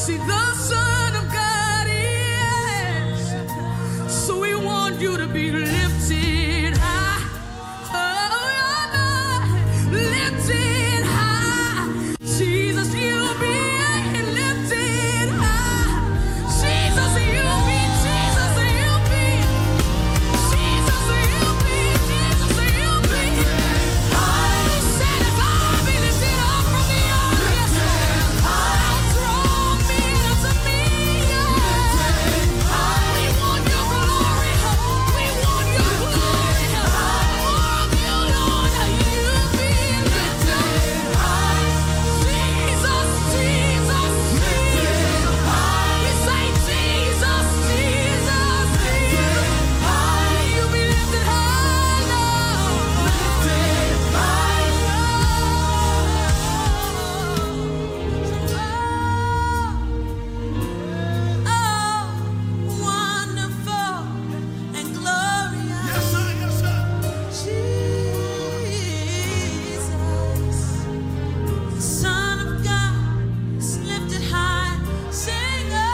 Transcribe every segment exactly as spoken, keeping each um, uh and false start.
See, the Son of God is. So we want you to be lifted high. Oh, lifted high. Jesus, you be lifted high. Jesus, you be, Jesus, you be. Jesus, you be, Jesus, you be. I said if I be lifted up from the earth, I'll draw men unto me. We want your glory. We want your glory. More of you, Lord. You be lifted high. Jesus, Jesus, Jesus. We say Jesus, Jesus, Jesus. You be lifted high, Lord. Lifted high. Oh, wonderful and glorious. Yes, sir. Yes, sir. Jesus, Son of God, is lifted high. Sing, oh,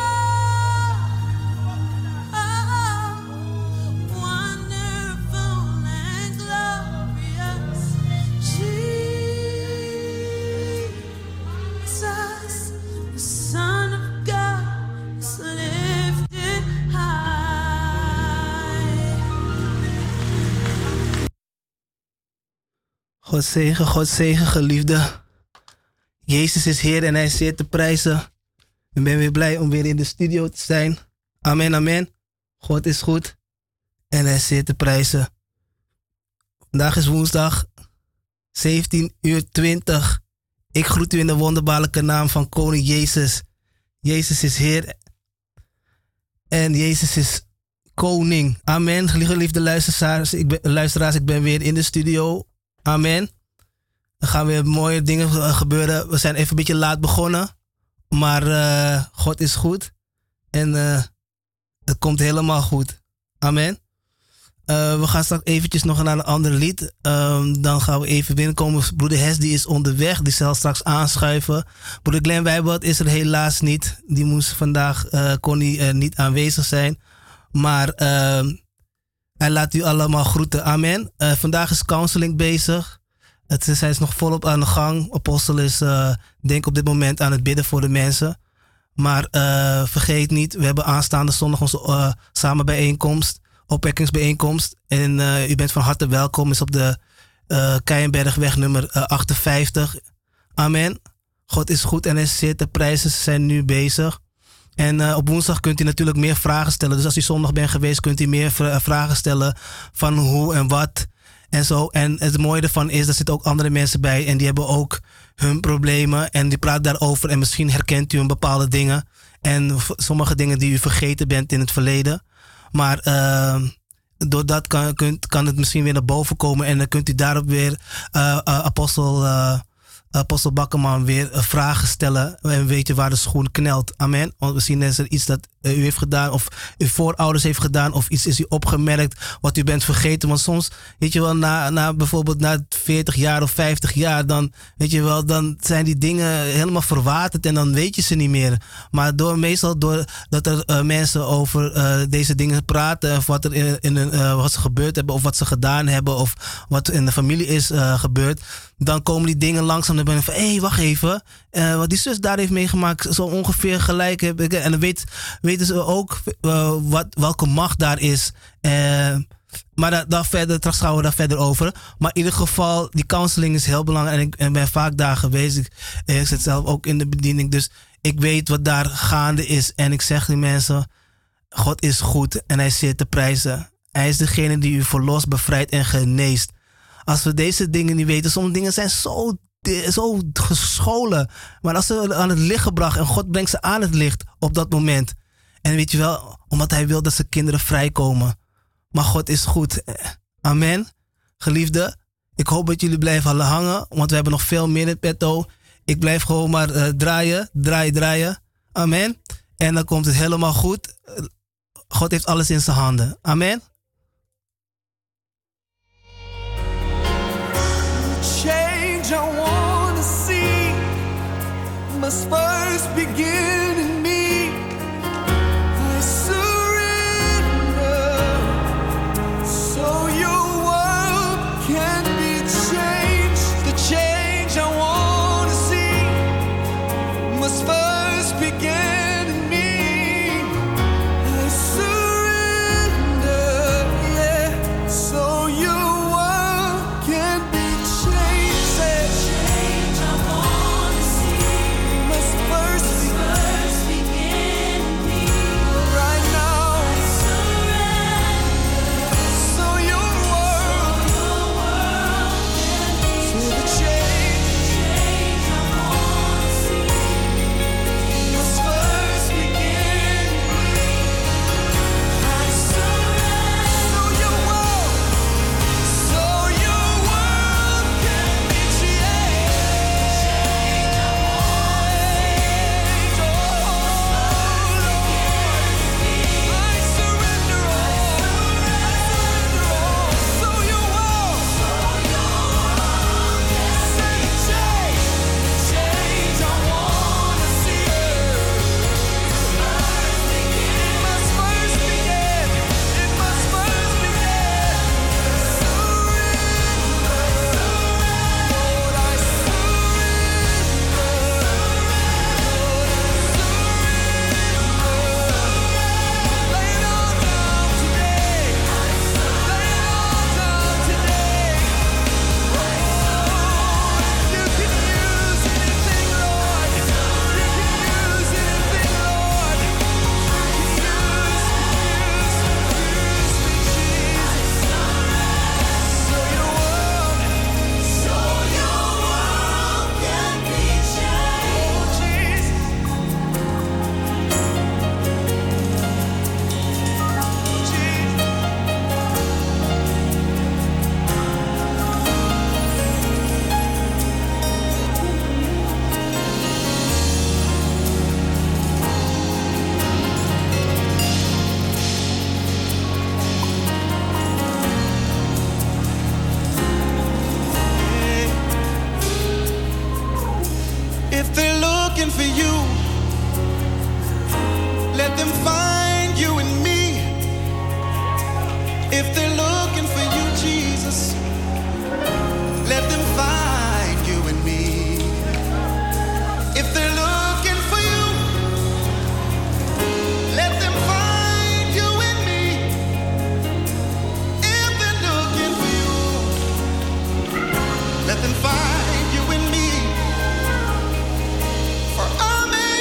oh, wonderful and glorious. Jesus, the Son of God, is lifted high. God zegen, God zegen, geliefde. Jezus is Heer en Hij is zeer te prijzen. Ik ben weer blij om weer in de studio te zijn. Amen, amen. God is goed en Hij is zeer te prijzen. Vandaag is woensdag, zeventien uur twintig. Ik groet u in de wonderbaarlijke naam van Koning Jezus. Jezus is Heer en Jezus is Koning. Amen. Geliefde luisteraars, ik ben, luisteraars, ik ben weer in de studio. Amen. Er gaan weer mooie dingen gebeuren. We zijn even een beetje laat begonnen. Maar uh, God is goed. En uh, het komt helemaal goed. Amen. Uh, we gaan straks eventjes nog naar een ander lied. Um, dan gaan we even binnenkomen. Broeder Hes die is onderweg. Die zal straks aanschuiven. Broeder Glenn Wijbert is er helaas niet. Die moest vandaag, uh, kon hij uh, niet aanwezig zijn. Maar uh, hij laat u allemaal groeten. Amen. Uh, vandaag is counseling bezig. Het is, hij is nog volop aan de gang. Apostel is uh, denk ik op dit moment aan het bidden voor de mensen. Maar uh, vergeet niet, we hebben aanstaande zondag onze uh, samenbijeenkomst, opwekkingsbijeenkomst. En uh, u bent van harte welkom. Is op de uh, Keienbergweg nummer uh, achtenvijftig. Amen. God is goed en hij is zeer te prijzen. Ze zijn nu bezig. En uh, op woensdag kunt u natuurlijk meer vragen stellen. Dus als u zondag bent geweest, kunt u meer vra- vragen stellen van hoe en wat. En zo. En het mooie ervan is, er zitten ook andere mensen bij. En die hebben ook hun problemen. En die praten daarover. En misschien herkent u een bepaalde dingen. En v- sommige dingen die u vergeten bent in het verleden. Maar uh, doordat kan, kunt, kan het misschien weer naar boven komen. En dan kunt u daarop weer uh, uh, apostel, uh, apostel Bakkerman weer uh, vragen stellen. En weet je waar de schoen knelt. Amen. Want misschien is er iets dat uh, u heeft gedaan. Of uw voorouders heeft gedaan. Of iets is u opgemerkt wat u bent vergeten. Want soms, weet je wel, na, na bijvoorbeeld na veertig jaar of vijftig jaar. Dan, weet je wel, dan zijn die dingen helemaal verwaterd. En dan weet je ze niet meer. Maar door, meestal doordat er uh, mensen over uh, deze dingen praten. Of wat er in, in een, uh, wat ze gebeurd hebben. Of wat ze gedaan hebben. Of wat in de familie is uh, gebeurd. Dan komen die dingen langzaam naar binnen van, hé, hey, wacht even. Uh, wat die zus daar heeft meegemaakt, zo ongeveer gelijk heb ik. En dan weet, weten ze ook uh, wat, welke macht daar is. Uh, maar daar, daar verder, straks gaan we daar verder over. Maar in ieder geval, die counseling is heel belangrijk. En ik en ben vaak daar geweest. Ik, ik zit zelf ook in de bediening. Dus ik weet wat daar gaande is. En ik zeg die mensen, God is goed en hij is zeer te prijzen. Hij is degene die u verlost, bevrijdt en geneest. Als we deze dingen niet weten, sommige dingen zijn zo, zo gescholen. Maar als ze aan het licht gebracht en God brengt ze aan het licht op dat moment. En weet je wel, omdat hij wil dat zijn kinderen vrijkomen. Maar God is goed. Amen. Geliefde, ik hoop dat jullie blijven hangen, want we hebben nog veel meer in petto. Ik blijf gewoon maar uh, draaien, draaien, draaien. Amen. En dan komt het helemaal goed. God heeft alles in zijn handen. Amen. Change I wanna see, must first begin in me. I surrender so your world can be changed. The change I want to see must first begin in me. I surrender, yeah, so your world can be changed. Say, change I want to see must first be- first begin in me. Right now, I surrender, so your world, your world can be so the change, change I want to see must first begin in me. I surrender, so your world, so your world can be changed. Change I want to see, oh Lord, I surrender all, I surrender all, so your world, so your world can say change, change I want to see. It must first begin, it must first begin. Surrender, Lord, I surrender. Lay it all down today. Lay it all down today. You can use anything, Lord. You can use anything, Lord. You can use, use, use me, Jesus. So your world, so your world can be changed. Oh, Jesus. If they're looking for you, let them find you in me. If they're looking for you, Jesus, let them find you in me. If they're looking for you, let them find you in me. If they're looking for you, let them find you in me. For I'm in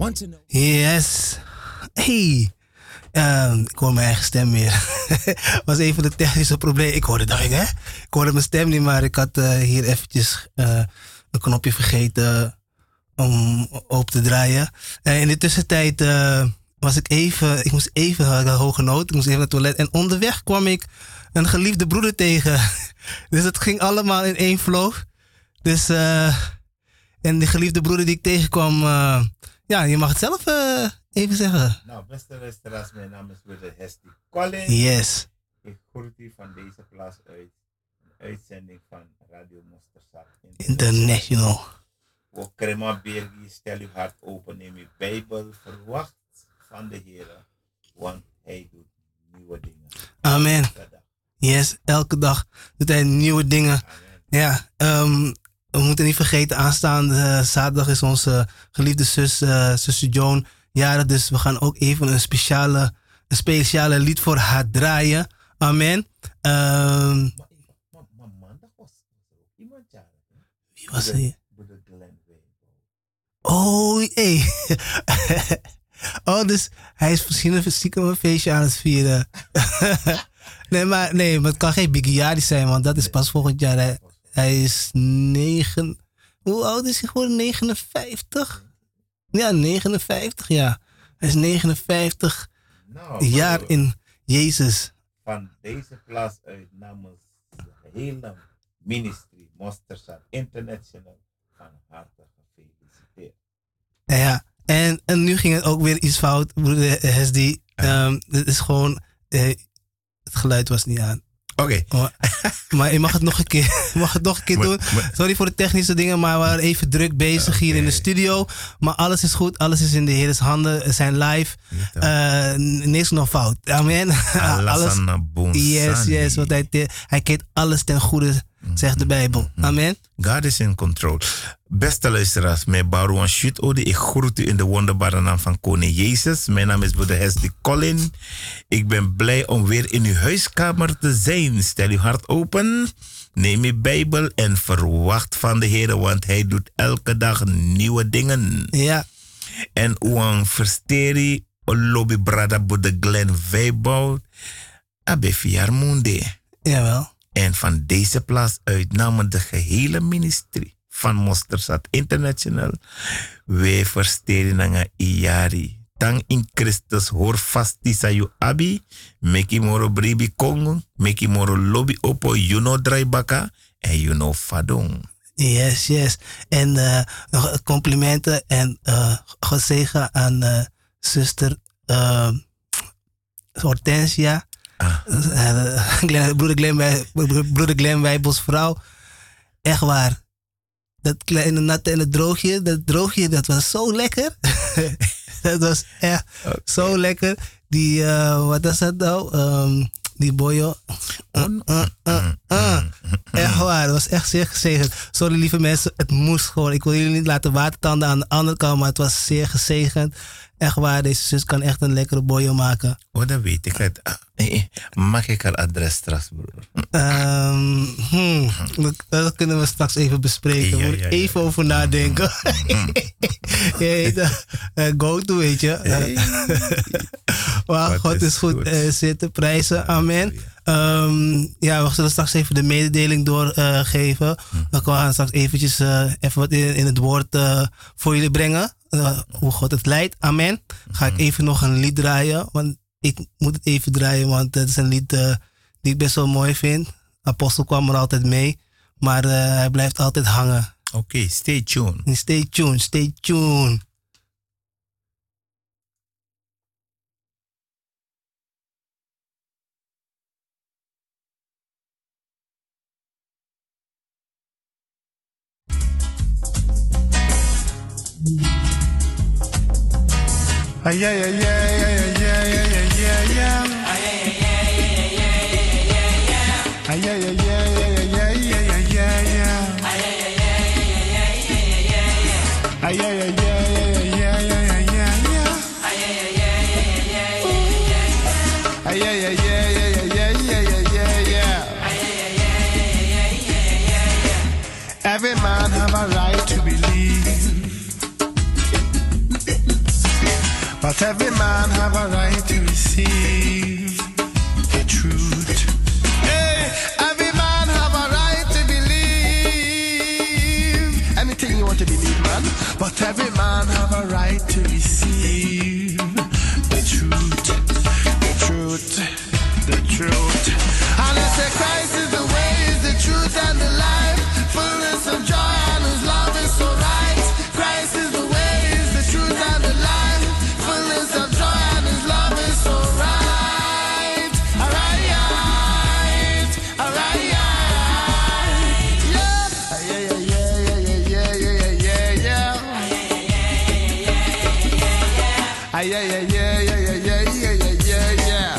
Want to know. Yes. Hey. Um, ik hoor mijn eigen stem meer. Was even de technische probleem. Ik hoorde dat, hè? Ik hoorde mijn stem niet, maar ik had uh, hier eventjes uh, een knopje vergeten om open te draaien. Uh, in de tussentijd uh, was ik even, ik moest even, had ik had hoge nood, ik moest even naar het toilet. En onderweg kwam ik een geliefde broeder tegen. Dus het ging allemaal in één flow. Dus, uh, en die geliefde broeder die ik tegenkwam, uh, ja, je mag het zelf uh, even zeggen. Nou, beste luisteraars, mijn naam is broeder Hesti Collins. Yes. Ik groet u van deze plaats uit. Een uitzending van Radio Mosterdzaad International. Voor Crema Bergi, stel uw hart open, neem uw Bijbel, verwacht van de Heer, want Hij doet nieuwe dingen. Amen. Yes, elke dag doet Hij nieuwe dingen. Amen. Ja, um, we moeten niet vergeten, aanstaande uh, zaterdag is onze geliefde zus, uh, zusje Joan jarig. Dus we gaan ook even een speciale, een speciale lied voor haar draaien. Amen. Um, Maar, maar, maar maandag was er ook iemand jarig. Hè? wie was hij? Broeder Glenn Weijbold. Oh, hey. Oh, dus hij is misschien een stiekem een feestje aan het vieren. nee, maar, nee, maar het kan geen Biggie zijn, want dat is pas volgend jaar. Hij, hij is negen... Hoe oud is hij geworden? negenenvijftig? Ja, negenenvijftig, ja. Hij is negenenvijftig Nou, jaar broeder, in Jezus. van deze plaats uit namens de hele ministry Mosterdzaad International van harte gefeliciteerd. Ja, en, en nu ging het ook weer iets fout, broeder Hesdi. Um, het is gewoon... Uh, het geluid was niet aan. Oké. Maar, maar je mag het nog een keer, je mag het nog een keer doen. Sorry voor de technische dingen, maar we waren even druk bezig okay. hier in de studio. Maar alles is goed, alles is in de Heer's handen. We zijn live. Uh, niks nog fout. Amen. alles. Yes, yes. Want hij, te, hij keert alles ten goede, zegt de Bijbel. Amen. God is in control. Beste luisteraars, mijn Baruan Shoot Ode. Ik groet u in de wonderbare naam van Koning Jezus. Mijn naam is broeder Hesdy Collin. Ik ben blij om weer in uw huiskamer te zijn. Stel uw hart open, neem uw Bijbel en verwacht van de Heer, want Hij doet elke dag nieuwe dingen. Ja. En uang versteri lobby brada broeder Glenn Weijbold. Abe Fiarmunde. Jawel. En van deze plaats uit namen de gehele ministerie van Mosterdzaad International. Wij versteren naar Iari. Tang in Christus hoor vast isayu abi. Meki moro bribi kongo. Meki moro lobby opo you know draibaka. En you know fadong. Yes, yes. En uh, nog complimenten en uh, God zegen aan uh, zuster uh, Hortensia. Ah. Uh, Glenn, broeder, Glenn Wij, broeder Glenn Wijbels vrouw. Echt waar. Dat kleine natte en het droogje, dat droogje, dat was zo lekker. Dat was echt okay. zo lekker. Die, uh, wat was dat nou? Um, die boyo. Uh, uh, uh, uh. Echt waar, dat was echt zeer gezegend. Sorry lieve mensen, het moest gewoon. Ik wil jullie niet laten watertanden aan de andere kant, maar het was zeer gezegend. Echt waar, deze zus kan echt een lekkere boyo maken. Oh, dat weet ik. Het. Mag ik haar adres straks, broer? Um, hmm, dat, dat kunnen we straks even bespreken. Ja, Moet ik ja, even ja. over nadenken. Je uh, go to, weet je. Hey. Maar God is goed, goed. Uh, zitten prijzen. Amen. Um, ja, we zullen straks even de mededeling doorgeven. Uh, hm. We gaan straks eventjes uh, even wat in, in het woord uh, voor jullie brengen. Uh, hoe God het leidt. Amen. Ga ik even nog een lied draaien. Want ik moet het even draaien, want het is een lied uh, die ik best wel mooi vind. Apostel kwam er altijd mee. Maar uh, hij blijft altijd hangen. Oké, okay, stay tuned. Stay tuned, stay tuned. Ay, ay, ay, ay, ay, ay, ay, ay, ay, ay. Ay, ay, ay, ay, ay, ay, ay, ay, ay, ay. Ay, ay, ay, ay, ay, ay, ay, ay, ay. Ay, ay, ay, ay, ay, ay, ay, ay, ay. Every man have a right to believe. But every man have a right to receive the truth. Hey, every man have a right to believe anything you want to believe, man. But every man have a right to receive the truth, the truth, the truth. And I say Christ is the way, is the truth and the life. Fullness of joy and His love is so right. Christ is the way, is the truth and the life. Fullness of joy and His love is so right. Alright, alright, yeah, yeah, yeah, yeah, yeah, yeah, yeah, yeah, yeah. Ah, yeah, yeah, yeah, yeah, yeah, yeah, yeah, yeah, yeah.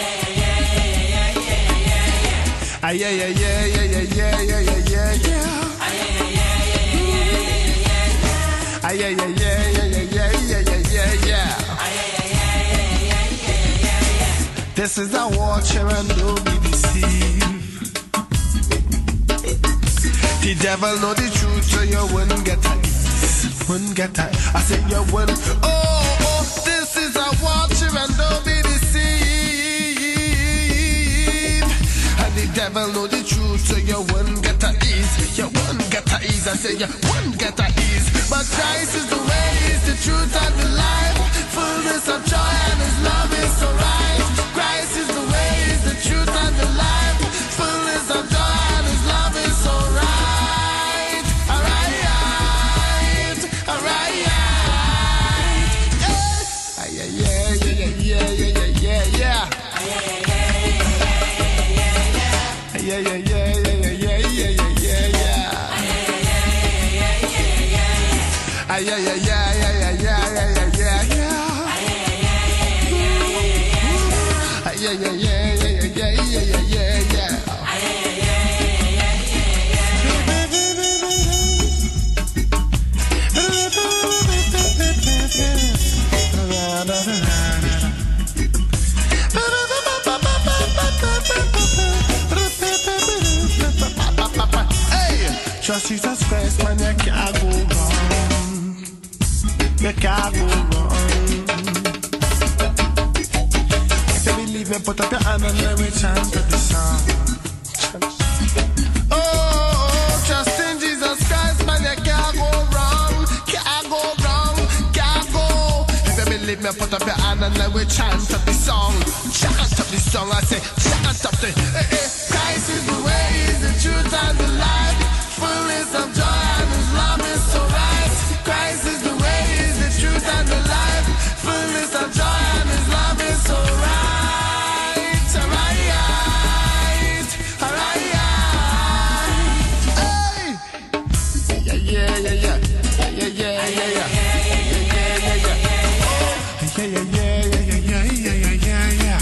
Ah, yeah, yeah, yeah, yeah, yeah, yeah, yeah, yeah, yeah, yeah. Ah, yeah, yeah, yeah, yeah, yeah, yeah, yeah, yeah, yeah, yeah. This is a watcher and don't be deceived. The devil know the truth, so you wouldn't get a ease. Wouldn't get a, I said you wouldn't. Oh, oh, this is a watcher and don't be deceived. And the devil know the truth, so you wouldn't get a ease. You wouldn't get a ease. I say you wouldn't get a ease. But Christ is the way, is the truth and the life. Fullness of joy and His love is so right. Christ is the way, is the truth and the life. Fullness of joy and His love is so right. Alright, alright, yeah, yeah, yeah, yeah, yeah, yeah, yeah, yeah. Yeah, yeah, yeah, yeah, yeah, yeah, yeah, yeah, yeah. Ah, yeah, yeah, yeah, yeah, yeah, yeah, yeah, yeah, yeah, yeah. Ah, yeah, yeah, yeah, yeah, yeah, yeah, yeah, yeah, yeah. Trust Jesus Christ, man, you can't go wrong. You can't go wrong. If you believe me, put up your hand and let me chant to the song. Oh, trust in Jesus Christ, man, you can't go wrong. Can't go wrong, can't go. If you believe me, put up your hand and let me chant up the song. Chant up the song, I say, chant up the. Eh, eh. Christ is the way, is the truth and the life. Fullness of joy and His love is so right. Christ is the way, is the truth and the life. Fullness of joy and His love is so right. Alright, alright, hey. Yeah, yeah, yeah, yeah, yeah, yeah, yeah, yeah, yeah, yeah, yeah, yeah, yeah, yeah, yeah, yeah, yeah, yeah, yeah, yeah.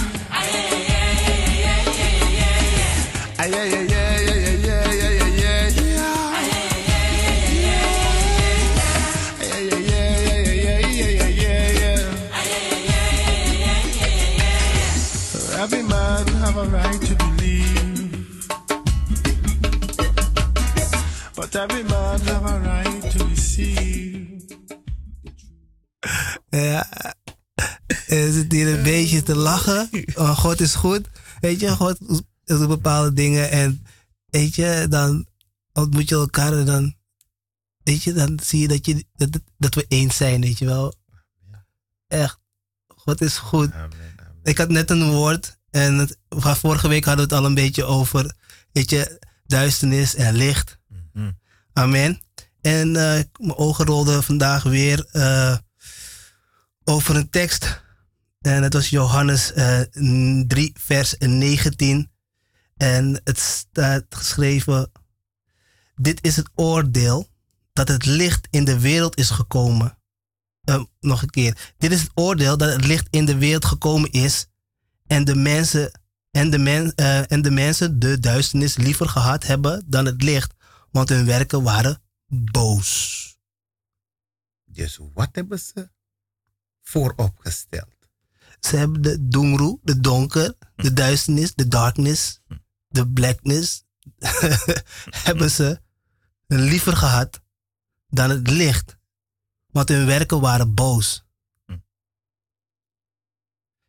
Ah, yeah, yeah, yeah, yeah, yeah, yeah, yeah, yeah, yeah. Every man have a right to believe, but every man have a right to receive. Ja, er zit hier een beetje te lachen. Oh, God is goed. Weet je, God doet bepaalde dingen en weet je, dan ontmoet je elkaar en dan, weet je, dan zie je dat, je, dat, dat we eens zijn, weet je wel. Echt, God is goed. Amen, amen. Ik had net een woord en het, van vorige week hadden we het al een beetje over, weet je, duisternis en licht. Mm-hmm. Amen. En uh, mijn ogen rolden vandaag weer uh, over een tekst. En het was Johannes uh, drie, vers negentien. En het staat geschreven: dit is het oordeel, dat het licht in de wereld is gekomen. Uh, nog een keer. Dit is het oordeel, dat het licht in de wereld gekomen is. En de mensen, en de men, uh, en de, mensen de duisternis liever gehad hebben dan het licht. Want hun werken waren boos. Dus wat hebben ze vooropgesteld? Ze hebben de doemroe, de donker, de duisternis, de darkness, de blackness, hebben ze liever gehad dan het licht. Want hun werken waren boos.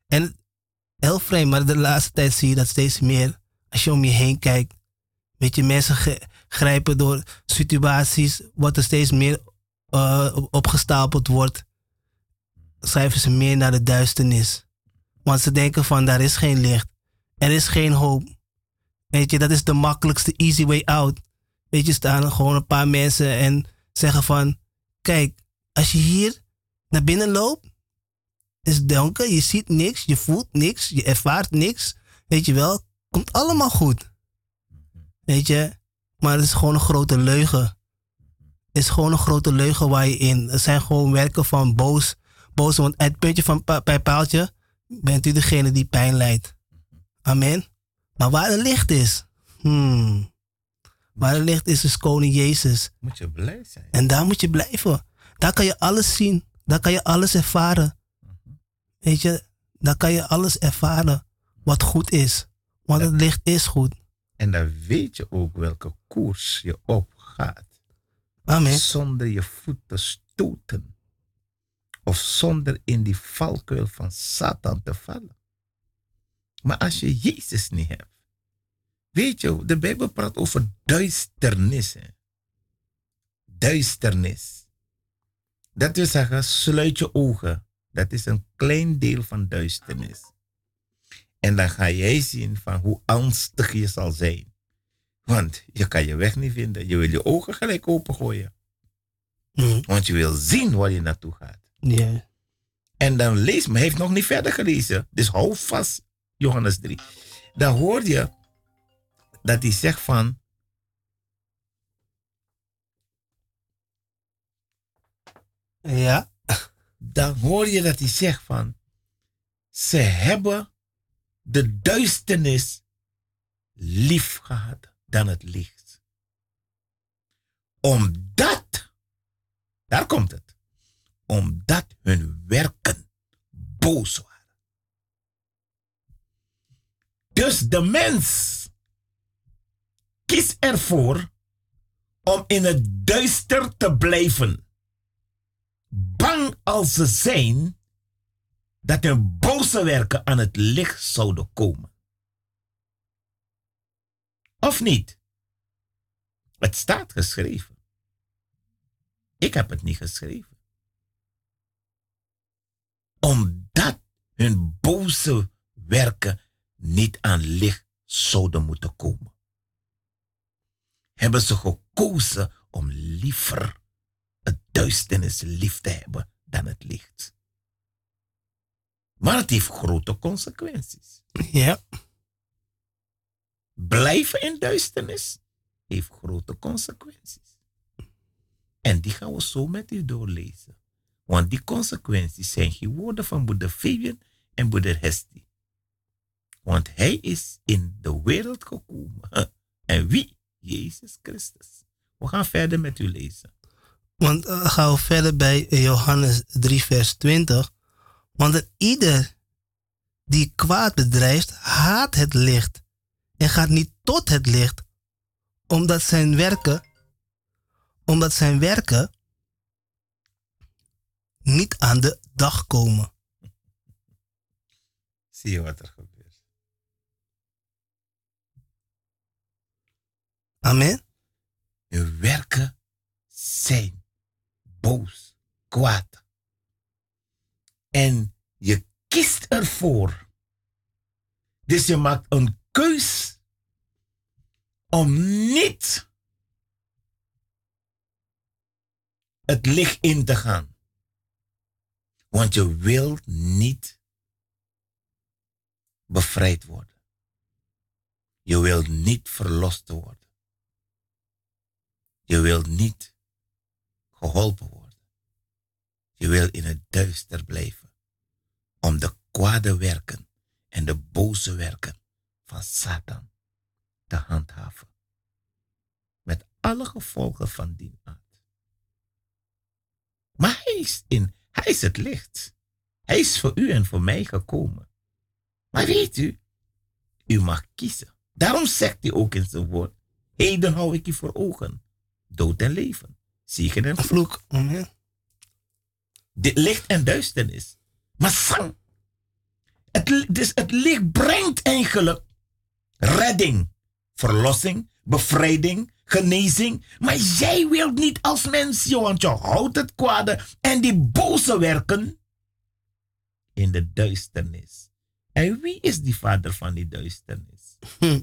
En heel vreemd, maar de laatste tijd zie je dat steeds meer. Als je om je heen kijkt, weet je, mensen ge- grijpen door situaties, wat er steeds meer uh, opgestapeld wordt, schrijven ze meer naar de duisternis. Want ze denken van, daar is geen licht. Er is geen hoop. Weet je, dat is de makkelijkste easy way out. Weet je, staan gewoon een paar mensen en zeggen van, kijk, als je hier naar binnen loopt, is het donker, je ziet niks, je voelt niks, je ervaart niks. Weet je wel, komt allemaal goed. Weet je, maar het is gewoon een grote leugen. Het is gewoon een grote leugen waar je in. Er zijn gewoon werken van boos. Boos, want uit het puntje van pa- bij paaltje bent u degene die pijn lijdt. Amen. Maar waar het licht is, hmm, waar het licht is, is koning Jezus. Moet je blij zijn. En daar moet je blijven. Daar kan je alles zien. Daar kan je alles ervaren. Weet je, daar kan je alles ervaren wat goed is. Want het licht is goed. En dan weet je ook welke koers je opgaat. Amen. Zonder je voet te stoten. Of zonder in die valkuil van Satan te vallen. Maar als je Jezus niet hebt. Weet je, de Bijbel praat over duisternis. Hè? Duisternis. Dat wil zeggen, sluit je ogen. Dat is een klein deel van duisternis. En dan ga jij zien van hoe angstig je zal zijn. Want je kan je weg niet vinden. Je wil je ogen gelijk opengooien. Mm. Want je wil zien waar je naartoe gaat. Ja. En dan lees, maar hij heeft nog niet verder gelezen. Dus hou vast, Johannes drie. Dan hoor je dat hij zegt van... Ja. Dan hoor je dat hij zegt van... Ze hebben de duisternis lief gehad dan het licht. Omdat... Daar komt het. Omdat hun werken boos waren. Dus de mens kiest ervoor om in het duister te blijven. Bang als ze zijn dat hun boze werken aan het licht zouden komen. Of niet? Het staat geschreven. Ik heb het niet geschreven. Omdat hun boze werken niet aan licht zouden moeten komen. Hebben ze gekozen om liever het duisternis lief te hebben dan het licht. Maar het heeft grote consequenties. Ja. Blijven in duisternis heeft grote consequenties. En die gaan we zo met u doorlezen. Want die consequenties zijn geen woorden van broeder Fabian en broeder Hesti. Want hij is in de wereld gekomen. En wie? Jezus Christus. We gaan verder met u lezen. Want uh, gaan we verder bij Johannes drie vers twintig. Want het ieder die kwaad bedrijft, haat het licht. En gaat niet tot het licht. Omdat zijn werken, omdat zijn werken niet aan de dag komen. Zie je wat er gebeurt. Amen. Hun werken zijn boos, kwaad. En je kiest ervoor. Dus je maakt een keus om niet het licht in te gaan. Want je wilt niet bevrijd worden. Je wilt niet verlost worden. Je wilt niet geholpen worden. Je wil in het duister blijven. Om de kwade werken en de boze werken van Satan te handhaven. Met alle gevolgen van die aard. Maar hij is, in, hij is het licht. Hij is voor u en voor mij gekomen. Maar weet u, u mag kiezen. Daarom zegt hij ook in zijn woord. Heden hou ik u voor ogen. Dood en leven. Zegen en vloek. Amen. Dit licht en duisternis. Maar zang. Het, dus het licht brengt eigenlijk redding, verlossing, bevrijding, genezing. Maar jij wilt niet als mens, joh, want je houdt het kwade en die boze werken in de duisternis. En wie is die vader van die duisternis? Hm.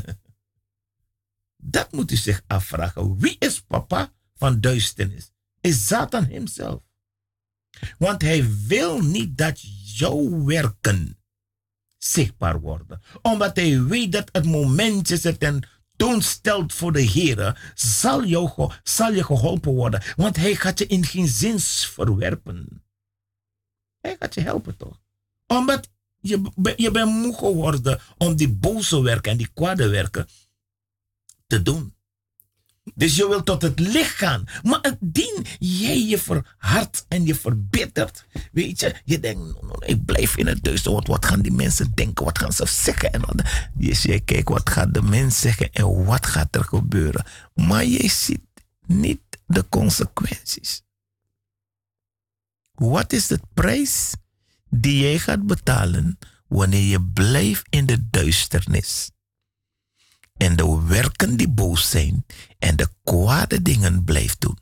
Dat moet u zich afvragen. Wie is papa van duisternis? Is Satan hemzelf. Want hij wil niet dat jouw werken zichtbaar worden. Omdat hij weet dat het momentje zit en toonstelt voor de Heer, zal, jou, zal je geholpen worden. Want hij gaat je in geen zins verwerpen. Hij gaat je helpen toch? Omdat je, je bent moe geworden om die boze werken en die kwade werken te doen. Dus je wilt tot het licht gaan. Maar indien jij je verhardt en je verbittert. Weet je, je denkt, no, no, ik blijf in het duister. Want wat gaan die mensen denken? Wat gaan ze zeggen? En wat, je zegt, kijk, wat gaat de mens zeggen en wat gaat er gebeuren? Maar je ziet niet de consequenties. Wat is de prijs die jij gaat betalen wanneer je blijft in de duisternis? En de werken die boos zijn en de kwade dingen blijft doen.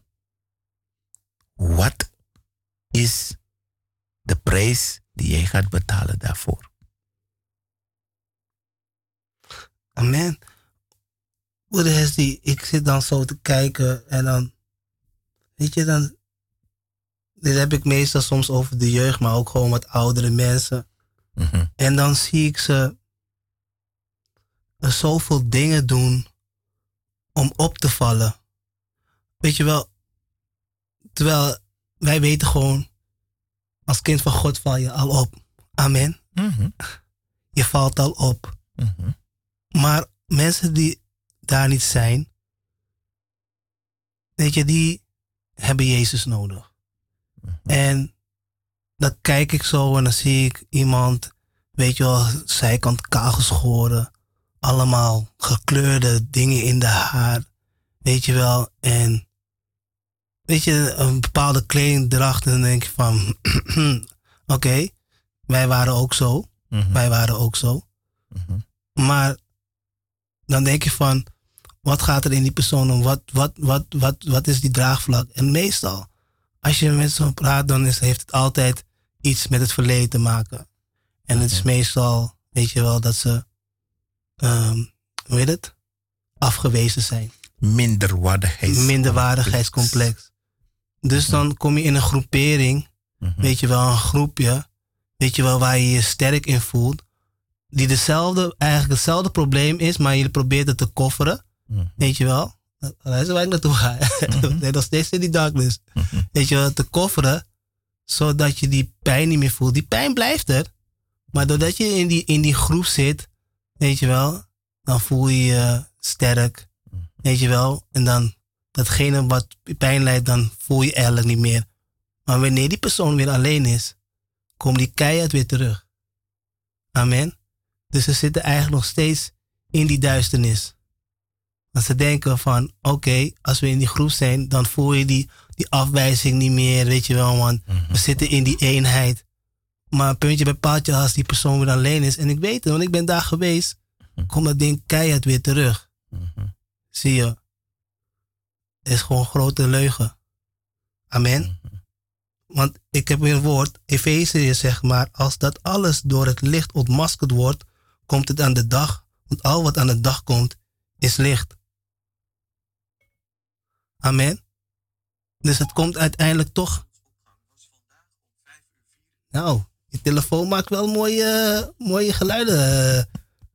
Wat is de prijs die jij gaat betalen daarvoor? Amen. Broeder Hesdy, ik zit dan zo te kijken en dan, weet je dan, dit heb ik meestal soms over de jeugd, maar ook gewoon wat oudere mensen. Mm-hmm. En dan zie ik ze er zoveel dingen doen om op te vallen. Weet je wel, terwijl wij weten gewoon, als kind van God val je al op. Amen. Mm-hmm. Je valt al op. Mm-hmm. Maar mensen die daar niet zijn, weet je, die hebben Jezus nodig. Mm-hmm. En dan kijk ik zo en dan zie ik iemand, weet je wel, zijkant kaal geschoren. Allemaal gekleurde dingen in de haar. Weet je wel. En weet je, een bepaalde kledingdracht. En dan denk je van, oké, okay, wij waren ook zo. Mm-hmm. Wij waren ook zo. Mm-hmm. Maar dan denk je van, wat gaat er in die persoon om? Wat, wat, wat, wat, wat is die draagvlak? En meestal, als je met zo'n praat, dan is, heeft het altijd iets met het verleden te maken. En het is meestal, weet je wel, dat ze, um, hoe heet het? Afgewezen zijn. Minderwaardigheidscomplex. Minderwaardigheidscomplex. Dus dan kom je in een groepering, Mm-hmm. weet je wel, een groepje, weet je wel, waar je je sterk in voelt, die dezelfde, eigenlijk hetzelfde probleem is, maar je probeert het te kofferen, Mm-hmm. weet je wel. Dat is waar ik naartoe ga. Mm-hmm. Nee, nog steeds in die darkness. Mm-hmm. Weet je wel, te kofferen, zodat je die pijn niet meer voelt. Die pijn blijft er, maar doordat je in die, in die groep zit, weet je wel, dan voel je je sterk, weet je wel. En dan, datgene wat pijn leidt, dan voel je eigenlijk niet meer. Maar wanneer die persoon weer alleen is, komt die keihard weer terug. Amen. Dus ze zitten eigenlijk nog steeds in die duisternis. Want ze denken van, oké, okay, als we in die groep zijn, dan voel je die, die afwijzing niet meer, weet je wel, want Mm-hmm. we zitten in die eenheid. Maar puntje bij paaltje, als die persoon weer alleen is, en ik weet het, want ik ben daar geweest, komt dat ding keihard weer terug. Mm-hmm. Zie je? Het is gewoon een grote leugen. Amen. Mm-hmm. Want ik heb weer een woord, Efeze zeg maar, als dat alles door het licht ontmaskerd wordt, komt het aan de dag. Want al wat aan de dag komt, is licht. Amen. Dus het komt uiteindelijk toch. Nou, je telefoon maakt wel mooie, mooie geluiden.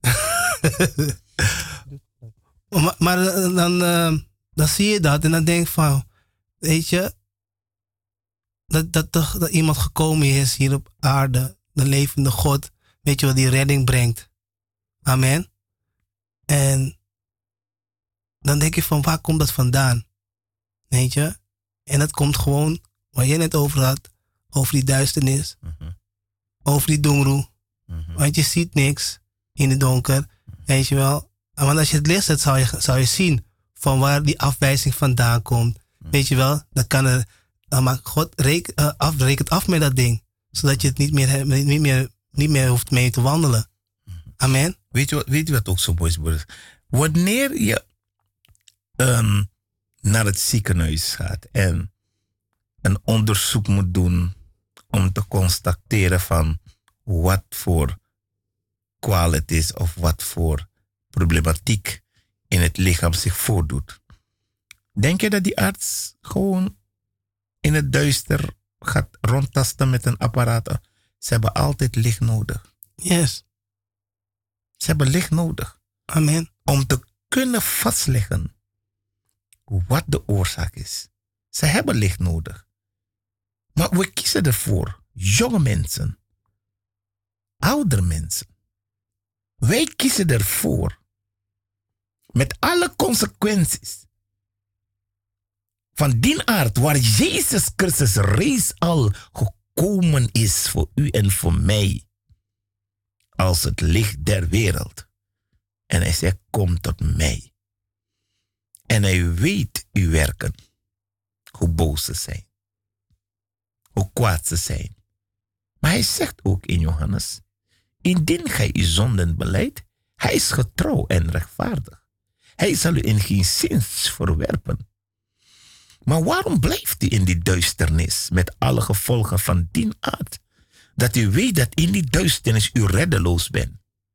maar maar dan, uh, dan zie je dat en dan denk je van, weet je, dat, dat, dat, dat iemand gekomen is hier op aarde, de levende God, weet je wat die redding brengt. Amen. En dan denk je van, waar komt dat vandaan? Weet je? En dat komt gewoon, waar je net over had, over die duisternis, Mm-hmm. over die dongru. Mm-hmm. Want je ziet niks in het donker, weet je wel. Want als je het licht zet, zou je, zou je zien van waar die afwijzing vandaan komt. Mm-hmm. Weet je wel, dan kan er, dan maakt God reken, uh, af, rekent af met dat ding. Zodat je het niet meer, niet meer niet meer hoeft mee te wandelen. Amen. Weet je wat, weet je wat ook zo mooi is, broeders? Wanneer je um, naar het ziekenhuis gaat en een onderzoek moet doen om te constateren van wat voor kwaal het is of wat voor problematiek in het lichaam zich voordoet. Denk je dat die arts gewoon in het duister gaat rondtasten met een apparaat? Ze hebben altijd licht nodig. Yes. Ze hebben licht nodig. Amen. Om te kunnen vastleggen wat de oorzaak is. Ze hebben licht nodig. Maar we kiezen ervoor. Jonge mensen. Oudere mensen. Wij kiezen ervoor. Met alle consequenties. Van die aard waar Jezus Christus reeds al gekomen is voor u en voor mij. Als het licht der wereld. En hij zegt, kom tot mij. En hij weet uw werken. Hoe boos ze zijn. Hoe kwaad ze zijn. Maar hij zegt ook in Johannes, indien gij uw zonden belijdt, hij is getrouw en rechtvaardig. Hij zal u in geen zins verwerpen. Maar waarom blijft u in die duisternis met alle gevolgen van die aard? Dat u weet dat in die duisternis u reddeloos bent.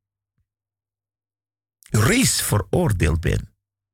U reeds veroordeeld bent.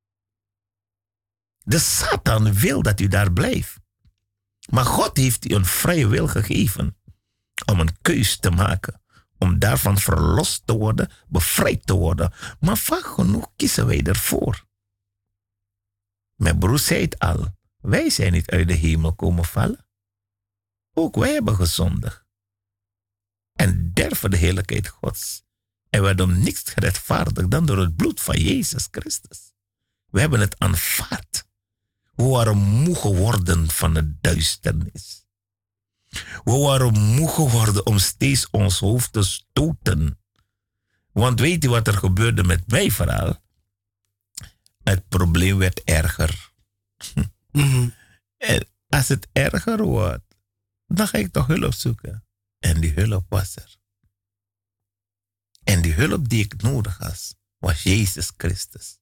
De Satan wil dat u daar blijft. Maar God heeft u een vrije wil gegeven om een keus te maken. Om daarvan verlost te worden, bevrijd te worden. Maar vaak genoeg kiezen wij ervoor. Mijn broer zei het al. Wij zijn niet uit de hemel komen vallen. Ook wij hebben gezondigd. En derven de heerlijkheid Gods. En we hebben om niks gerechtvaardigd dan door het bloed van Jezus Christus. We hebben het aanvaard. We waren moe geworden van de duisternis. We waren moe geworden om steeds ons hoofd te stoten. Want weet je wat er gebeurde met mijn verhaal? Het probleem werd erger. Mm-hmm. En als het erger wordt, dan ga ik toch hulp zoeken. En die hulp was er. En die hulp die ik nodig had, was Jezus Christus.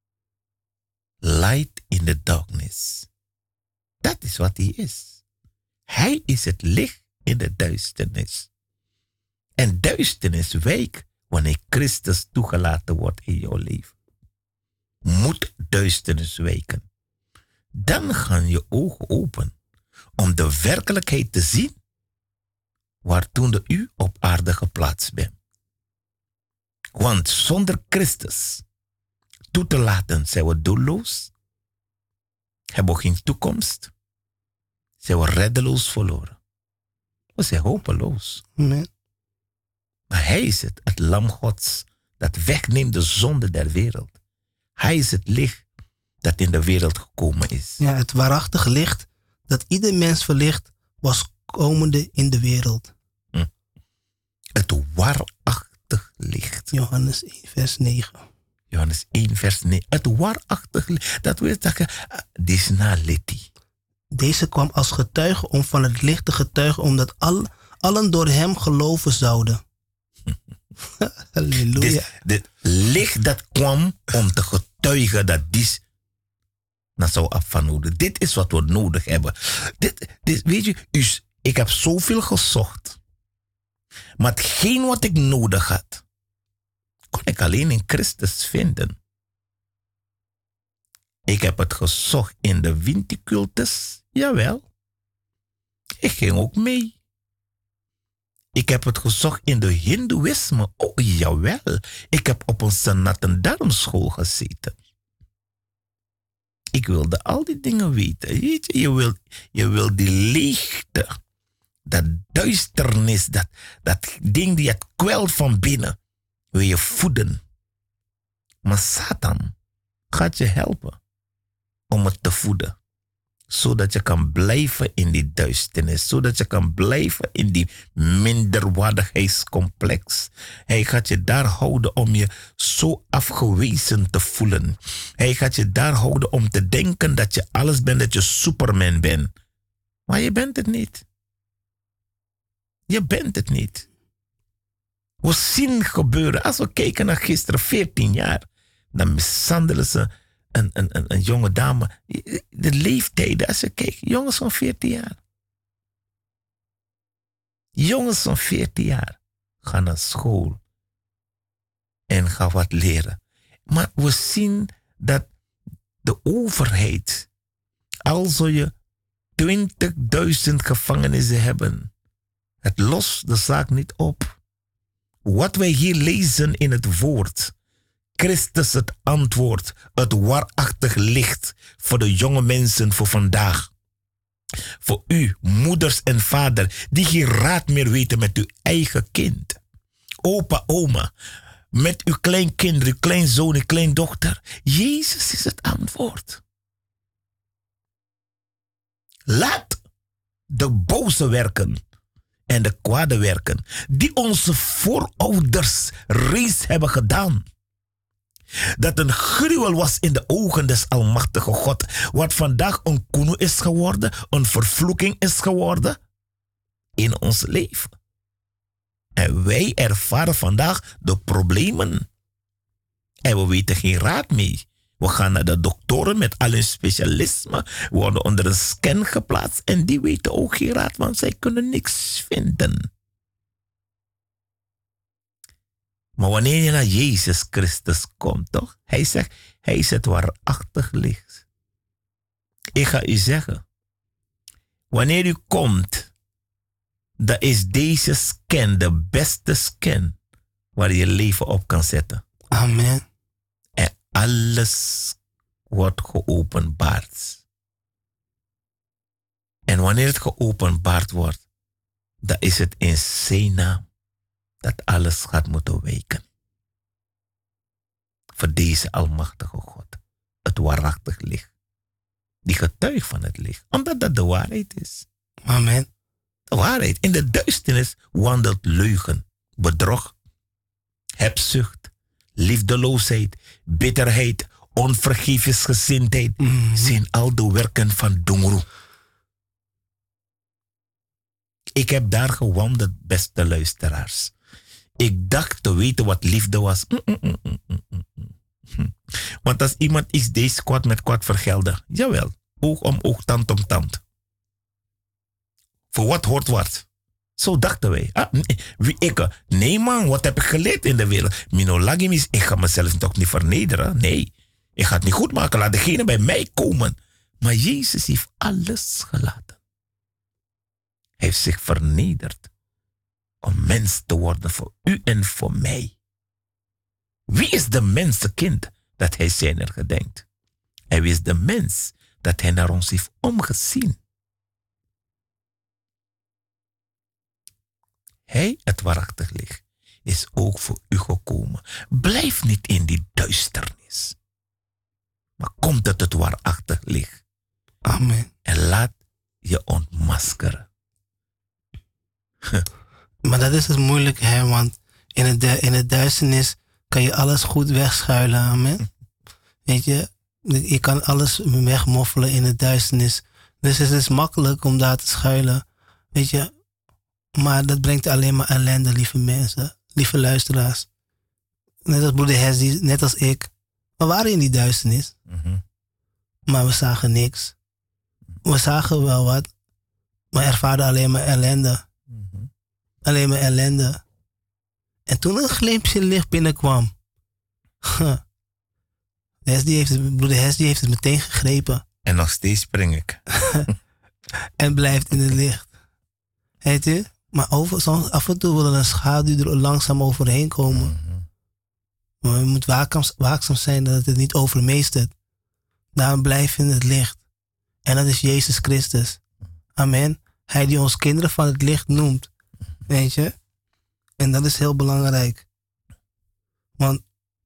Light in the darkness. Dat is wat hij is. Hij is het licht in de duisternis. En duisternis wijkt wanneer Christus toegelaten wordt in jouw leven. Moet duisternis wijken. Dan gaan je ogen open om de werkelijkheid te zien waartoe u op aarde geplaatst bent. Want zonder Christus toe te laten zijn we doelloos, hebben we geen toekomst, zijn we reddeloos verloren. We zijn hopeloos. Amen. Maar hij is het, het lam Gods, dat wegneemt de zonde der wereld. Hij is het licht dat in de wereld gekomen is. Ja, het waarachtig licht dat ieder mens verlicht was komende in de wereld. Hm. Het waarachtig licht. Johannes één vers negen. Johannes één vers negen. Het waarachtig licht. Dat wil zeggen, disnality. Deze kwam als getuige om van het licht te getuigen, omdat al, allen door hem geloven zouden. Halleluja. Het licht dat kwam om te getuigen dat dit nou zou afvanoden. Dit is wat we nodig hebben. Dit, dit, weet je, dus ik heb zoveel gezocht. Maar hetgeen wat ik nodig had, kon ik alleen in Christus vinden. Ik heb het gezocht in de Winticultus, jawel. Ik ging ook mee. Ik heb het gezocht in de Hindoeïsme, oh jawel. Ik heb op een Sanatan-Dharm-school gezeten. Ik wilde al die dingen weten. Weet je, je wil, je wil die leegte, dat duisternis, dat, dat ding die het kwelt van binnen, wil je voeden. Maar Satan gaat je helpen om het te voeden. Zodat je kan blijven in die duisternis. Zodat je kan blijven in die minderwaardigheidscomplex. Hij gaat je daar houden om je zo afgewezen te voelen. Hij gaat je daar houden om te denken dat je alles bent, dat je Superman bent. Maar je bent het niet. Je bent het niet. We zien gebeuren. Als we kijken naar gisteren, veertien jaar. Dan mishandelen ze een, een, een, een jonge dame. De leeftijden, als je kijkt. Jongens van veertien jaar. Jongens van veertien jaar gaan naar school. En gaan wat leren. Maar we zien dat de overheid, al zou je twintigduizend gevangenissen hebben, het lost de zaak niet op. Wat wij hier lezen in het woord, Christus het antwoord, het waarachtig licht voor de jonge mensen voor vandaag. Voor u, moeders en vader, die geen raad meer weten met uw eigen kind. Opa, oma, met uw kleinkinderen, uw kleinzoon, uw kleindochter. Jezus is het antwoord. Laat de boze werken en de kwade werken die onze voorouders reeds hebben gedaan. Dat een gruwel was in de ogen des Almachtige God. Wat vandaag een kuno is geworden, een vervloeking is geworden in ons leven. En wij ervaren vandaag de problemen. En we weten geen raad mee. We gaan naar de doktoren met al hun specialisme, worden onder een scan geplaatst en die weten ook geen raad, want zij kunnen niks vinden. Maar wanneer je naar Jezus Christus komt, toch? Hij zegt, hij is het waarachtig licht. Ik ga u zeggen, wanneer u komt, dan is deze scan de beste scan waar je leven op kan zetten. Amen. En alles wordt geopenbaard. En wanneer het geopenbaard wordt, dan is het in zijn naam dat alles gaat moeten wijken. Voor deze almachtige God, het waarachtig licht. Die getuigt van het licht, omdat dat de waarheid is. Amen. De waarheid. In de duisternis wandelt leugen, bedrog, hebzucht, liefdeloosheid, bitterheid, onvergevensgezindheid. Mm-hmm. Zijn al de werken van Dongru. Ik heb daar gewandeld, beste luisteraars. Ik dacht te weten wat liefde was. Mm-mm-mm-mm-mm. Want als iemand iets deed, kwaad met kwaad vergelden. Jawel, oog om oog, tand om tand. Voor wat hoort wat. Zo dachten wij. Ah, nee, wie ik? Nee man, wat heb ik geleerd in de wereld? Mino lagimis, ik ga mezelf toch niet vernederen? Nee, ik ga het niet goed maken. Laat degene bij mij komen. Maar Jezus heeft alles gelaten. Hij heeft zich vernederd om mens te worden voor u en voor mij. Wie is de mensenkind dat hij zijner gedenkt? En wie is de mens dat hij naar ons heeft omgezien? Hij, het waarachtig licht, is ook voor u gekomen. Blijf niet in die duisternis, maar kom tot het waarachtig licht. Amen. En laat je ontmaskeren. Maar dat is het moeilijke, hè, want in het, in het duisternis kan je alles goed wegschuilen. Amen. Weet je, je kan alles wegmoffelen in het duisternis. Dus het is makkelijk om daar te schuilen. Weet je, maar dat brengt alleen maar ellende, lieve mensen, lieve luisteraars. Net als broeder Hesdy, net als ik. We waren in die duisternis. Mm-hmm. Maar we zagen niks. We zagen wel wat, maar ervaarden alleen maar ellende. Mm-hmm. Alleen maar ellende. En toen een glimpje licht binnenkwam. Hesdy heeft het, broeder Hesdy heeft het meteen gegrepen. En nog steeds spring ik. En blijft in het licht. Weet je? Maar over, soms, af en toe wil er een schaduw er langzaam overheen komen. Mm-hmm. Maar we moeten waakzaam, waakzaam zijn dat het niet overmeestert. Daarom blijf je in het licht. En dat is Jezus Christus. Amen. Hij die ons kinderen van het licht noemt. Weet je? En dat is heel belangrijk. Want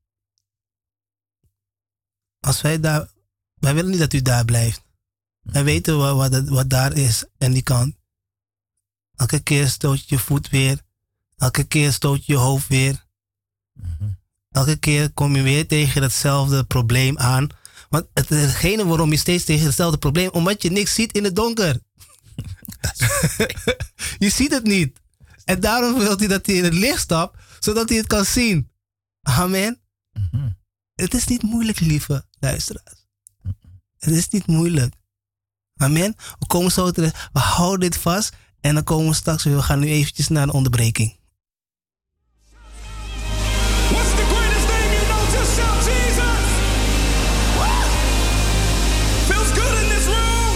als wij daar... Wij willen niet dat u daar blijft. Wij weten wat, wat, het, wat daar is en die kant. Elke keer stoot je je voet weer. Elke keer stoot je je hoofd weer. Mm-hmm. Elke keer kom je weer tegen hetzelfde probleem aan. Want het, hetgene waarom je steeds tegen hetzelfde probleem... Omdat je niks ziet in het donker. Je ziet het niet. En daarom wil hij dat hij in het licht stapt. zodat hij het kan zien. Amen. Mhm. Het is niet moeilijk, lieve luisteraars. Het is niet moeilijk. Amen. We komen zo terug. We houden dit vast. En dan komen we straks weer. We gaan nu eventjes naar een onderbreking. What's the greatest name you know? Just shout Jesus. Woo! Feels good in this room.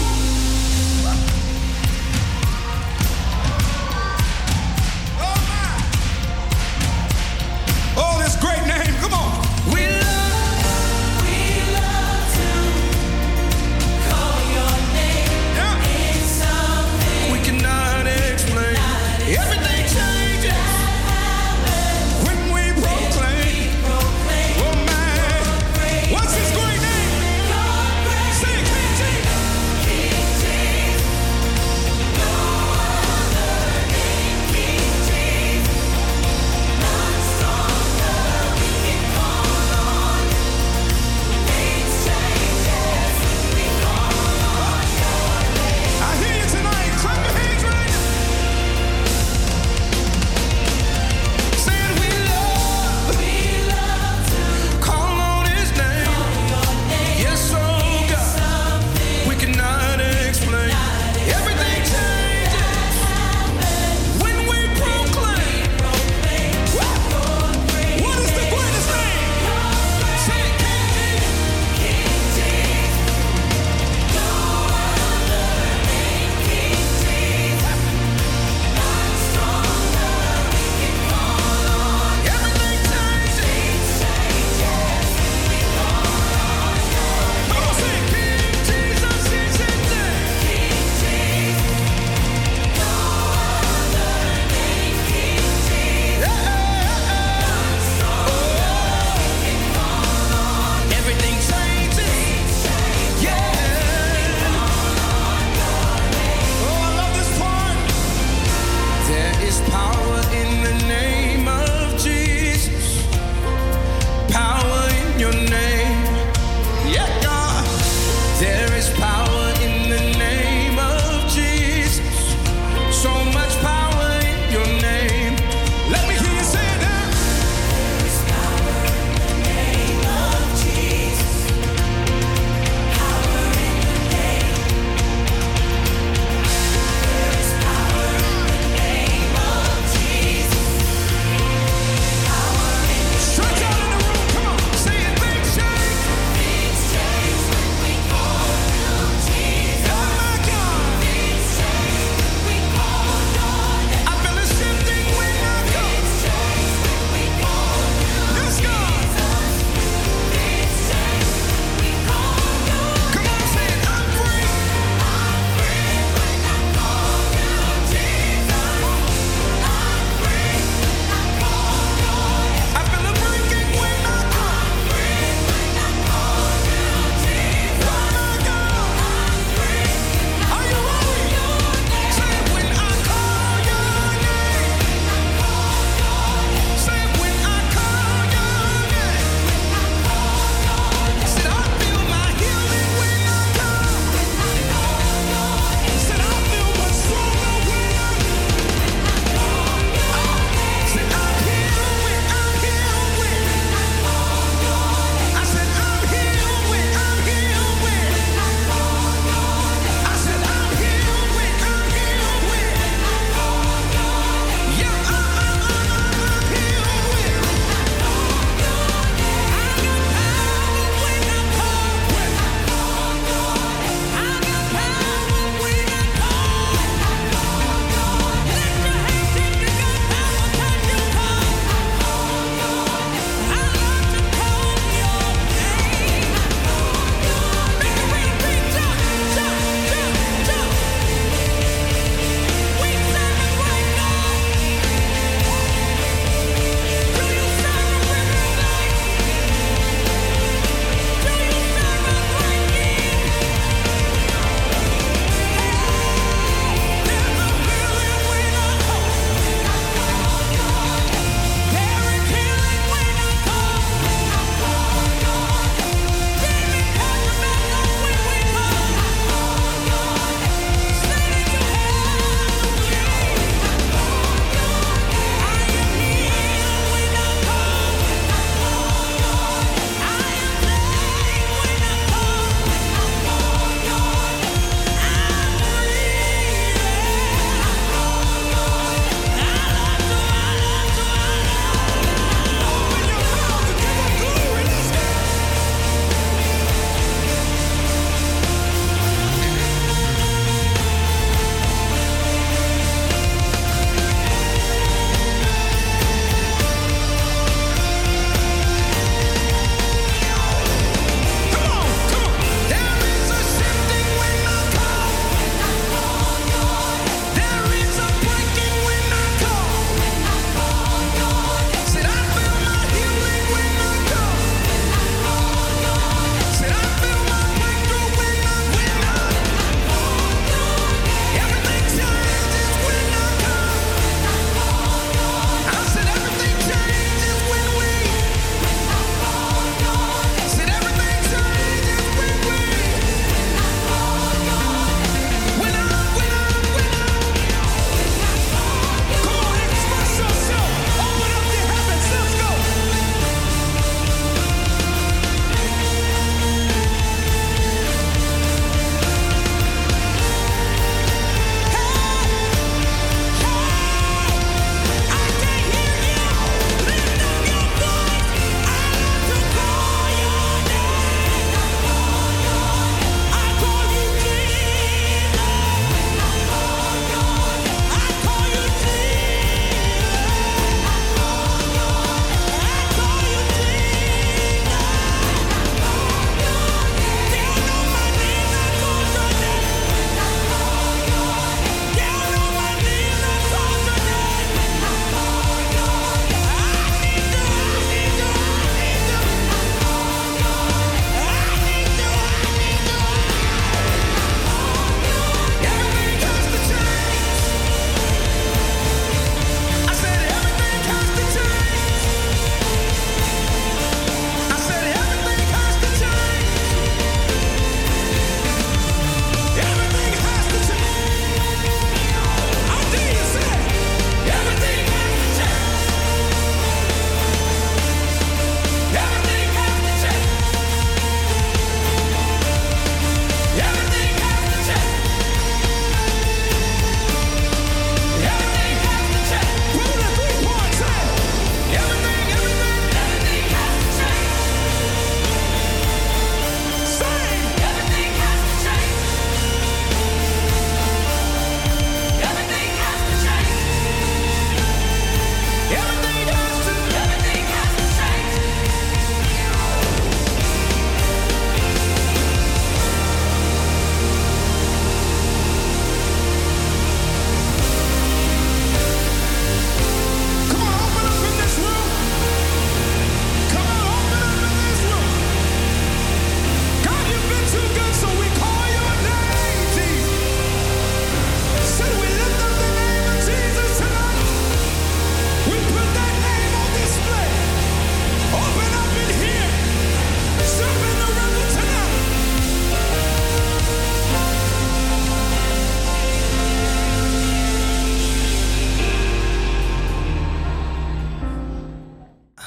Oh my! Oh, this great name. Come on. We love, we love to call your name. Yeah. It's something we cannot explain. Everything changes.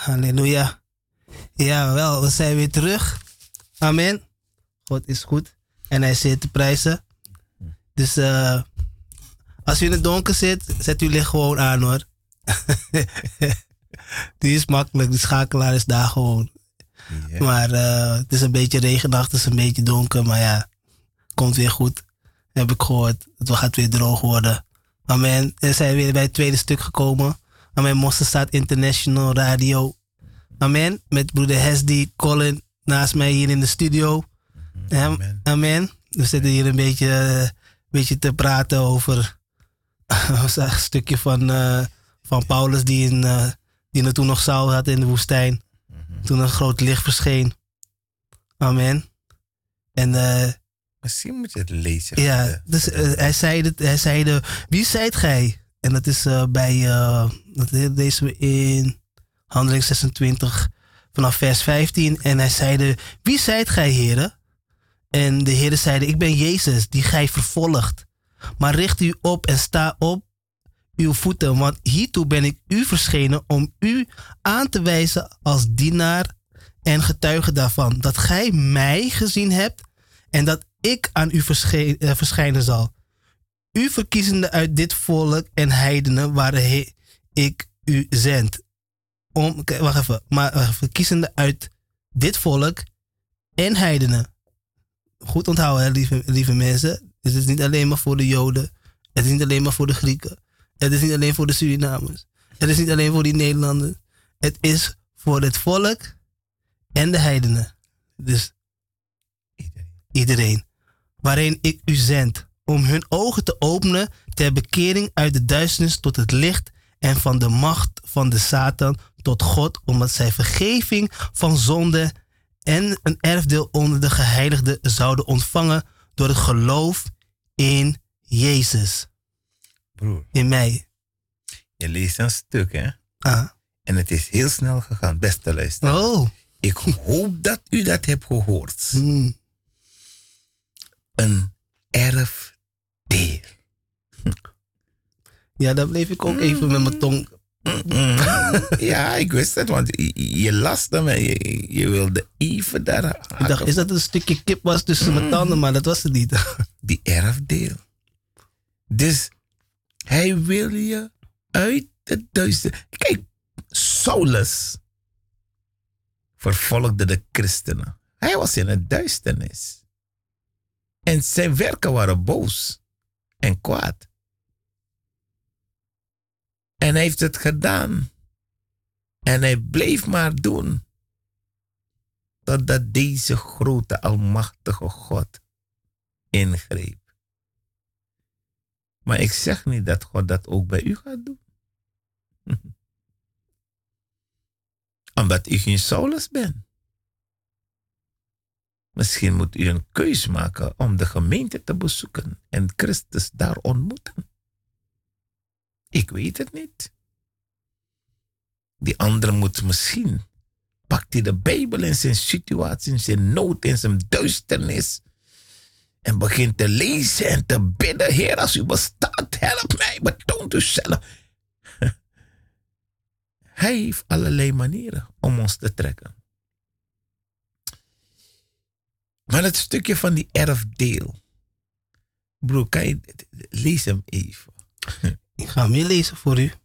Halleluja. Ja, wel, we zijn weer terug. Amen. God is goed. En hij zit te prijzen. Dus uh, als u in het donker zit, zet uw licht gewoon aan hoor. Die is makkelijk, die schakelaar is daar gewoon. Ja. Maar uh, het is een beetje regenachtig, het is een beetje donker. Maar ja, komt weer goed. Heb ik gehoord. Het gaat weer droog worden. Amen. We zijn weer bij het tweede stuk gekomen. Amen. Mosterdstaat International Radio. Amen. Met broeder Hesdy, Colin naast mij hier in de studio. Amen. Amen. We zitten hier een beetje, een beetje te praten over een stukje van, uh, van Paulus die, in, uh, die er toen nog Saul had in de woestijn. Mhm. Toen een groot licht verscheen. Amen. En uh, Misschien moet je het lezen. ja, dus uh, hij zei, het, hij zei de, wie zijt gij? En dat is uh, bij, uh, dat lezen we in Handelingen zesentwintig vanaf vers vijftien. En hij zei, wie zijt gij, heren? En de heren zeiden, ik ben Jezus, die gij vervolgt. Maar richt u op en sta op uw voeten, want hiertoe ben ik u verschenen om u aan te wijzen als dienaar en getuige daarvan, dat gij mij gezien hebt en dat ik aan u versche- uh, verschijnen zal. U verkiezende uit dit volk en heidenen waar he- ik u zend. Om, k- wacht even, maar uh, verkiezende uit dit volk en heidenen. Goed onthouden, hè, lieve, lieve mensen. Het is niet alleen maar voor de Joden. Het is niet alleen maar voor de Grieken. Het is niet alleen voor de Surinamers. Het is niet alleen voor die Nederlanders. Het is voor het volk en de heidenen. Dus Iedereen. iedereen. Waarin ik u zend. Om hun ogen te openen ter bekering uit de duisternis tot het licht. En van de macht van de Satan tot God. Omdat zij vergeving van zonde en een erfdeel onder de geheiligden zouden ontvangen door het geloof in Jezus. Broer, In mij. je leest een stuk, hè? Ah. En het is heel snel gegaan, beste luisteraar. Oh. Ik hoop dat u dat hebt gehoord. Hmm. Een erfdeel. Ja, daar bleef ik ook even met mijn tong. Mm. Ja, ik wist het, want je, je las hem en je, je wilde even daar Ik dacht, is dat een stukje kip was tussen mijn tanden, maar dat was het niet. die erfdeel. Dus hij wil je uit de duister. Kijk, Saulus vervolgde de christenen. Hij was in het duisternis. En zijn werken waren boos en kwaad. En hij heeft het gedaan. En hij bleef maar doen. Totdat deze grote, almachtige God ingreep. Maar ik zeg niet dat God dat ook bij u gaat doen. Omdat u geen Saulus bent. Misschien moet u een keus maken om de gemeente te bezoeken en Christus daar ontmoeten. Ik weet het niet. Die andere moet misschien. Pakt hij de Bijbel in zijn situatie, in zijn nood, in zijn duisternis. En begint te lezen en te bidden. Heer, als u bestaat, help mij, betoont u zelf. Hij heeft allerlei manieren om ons te trekken. Maar het stukje van die erfdeel. Broer, kan je, lees hem even. Ik ga hem weer lezen voor u.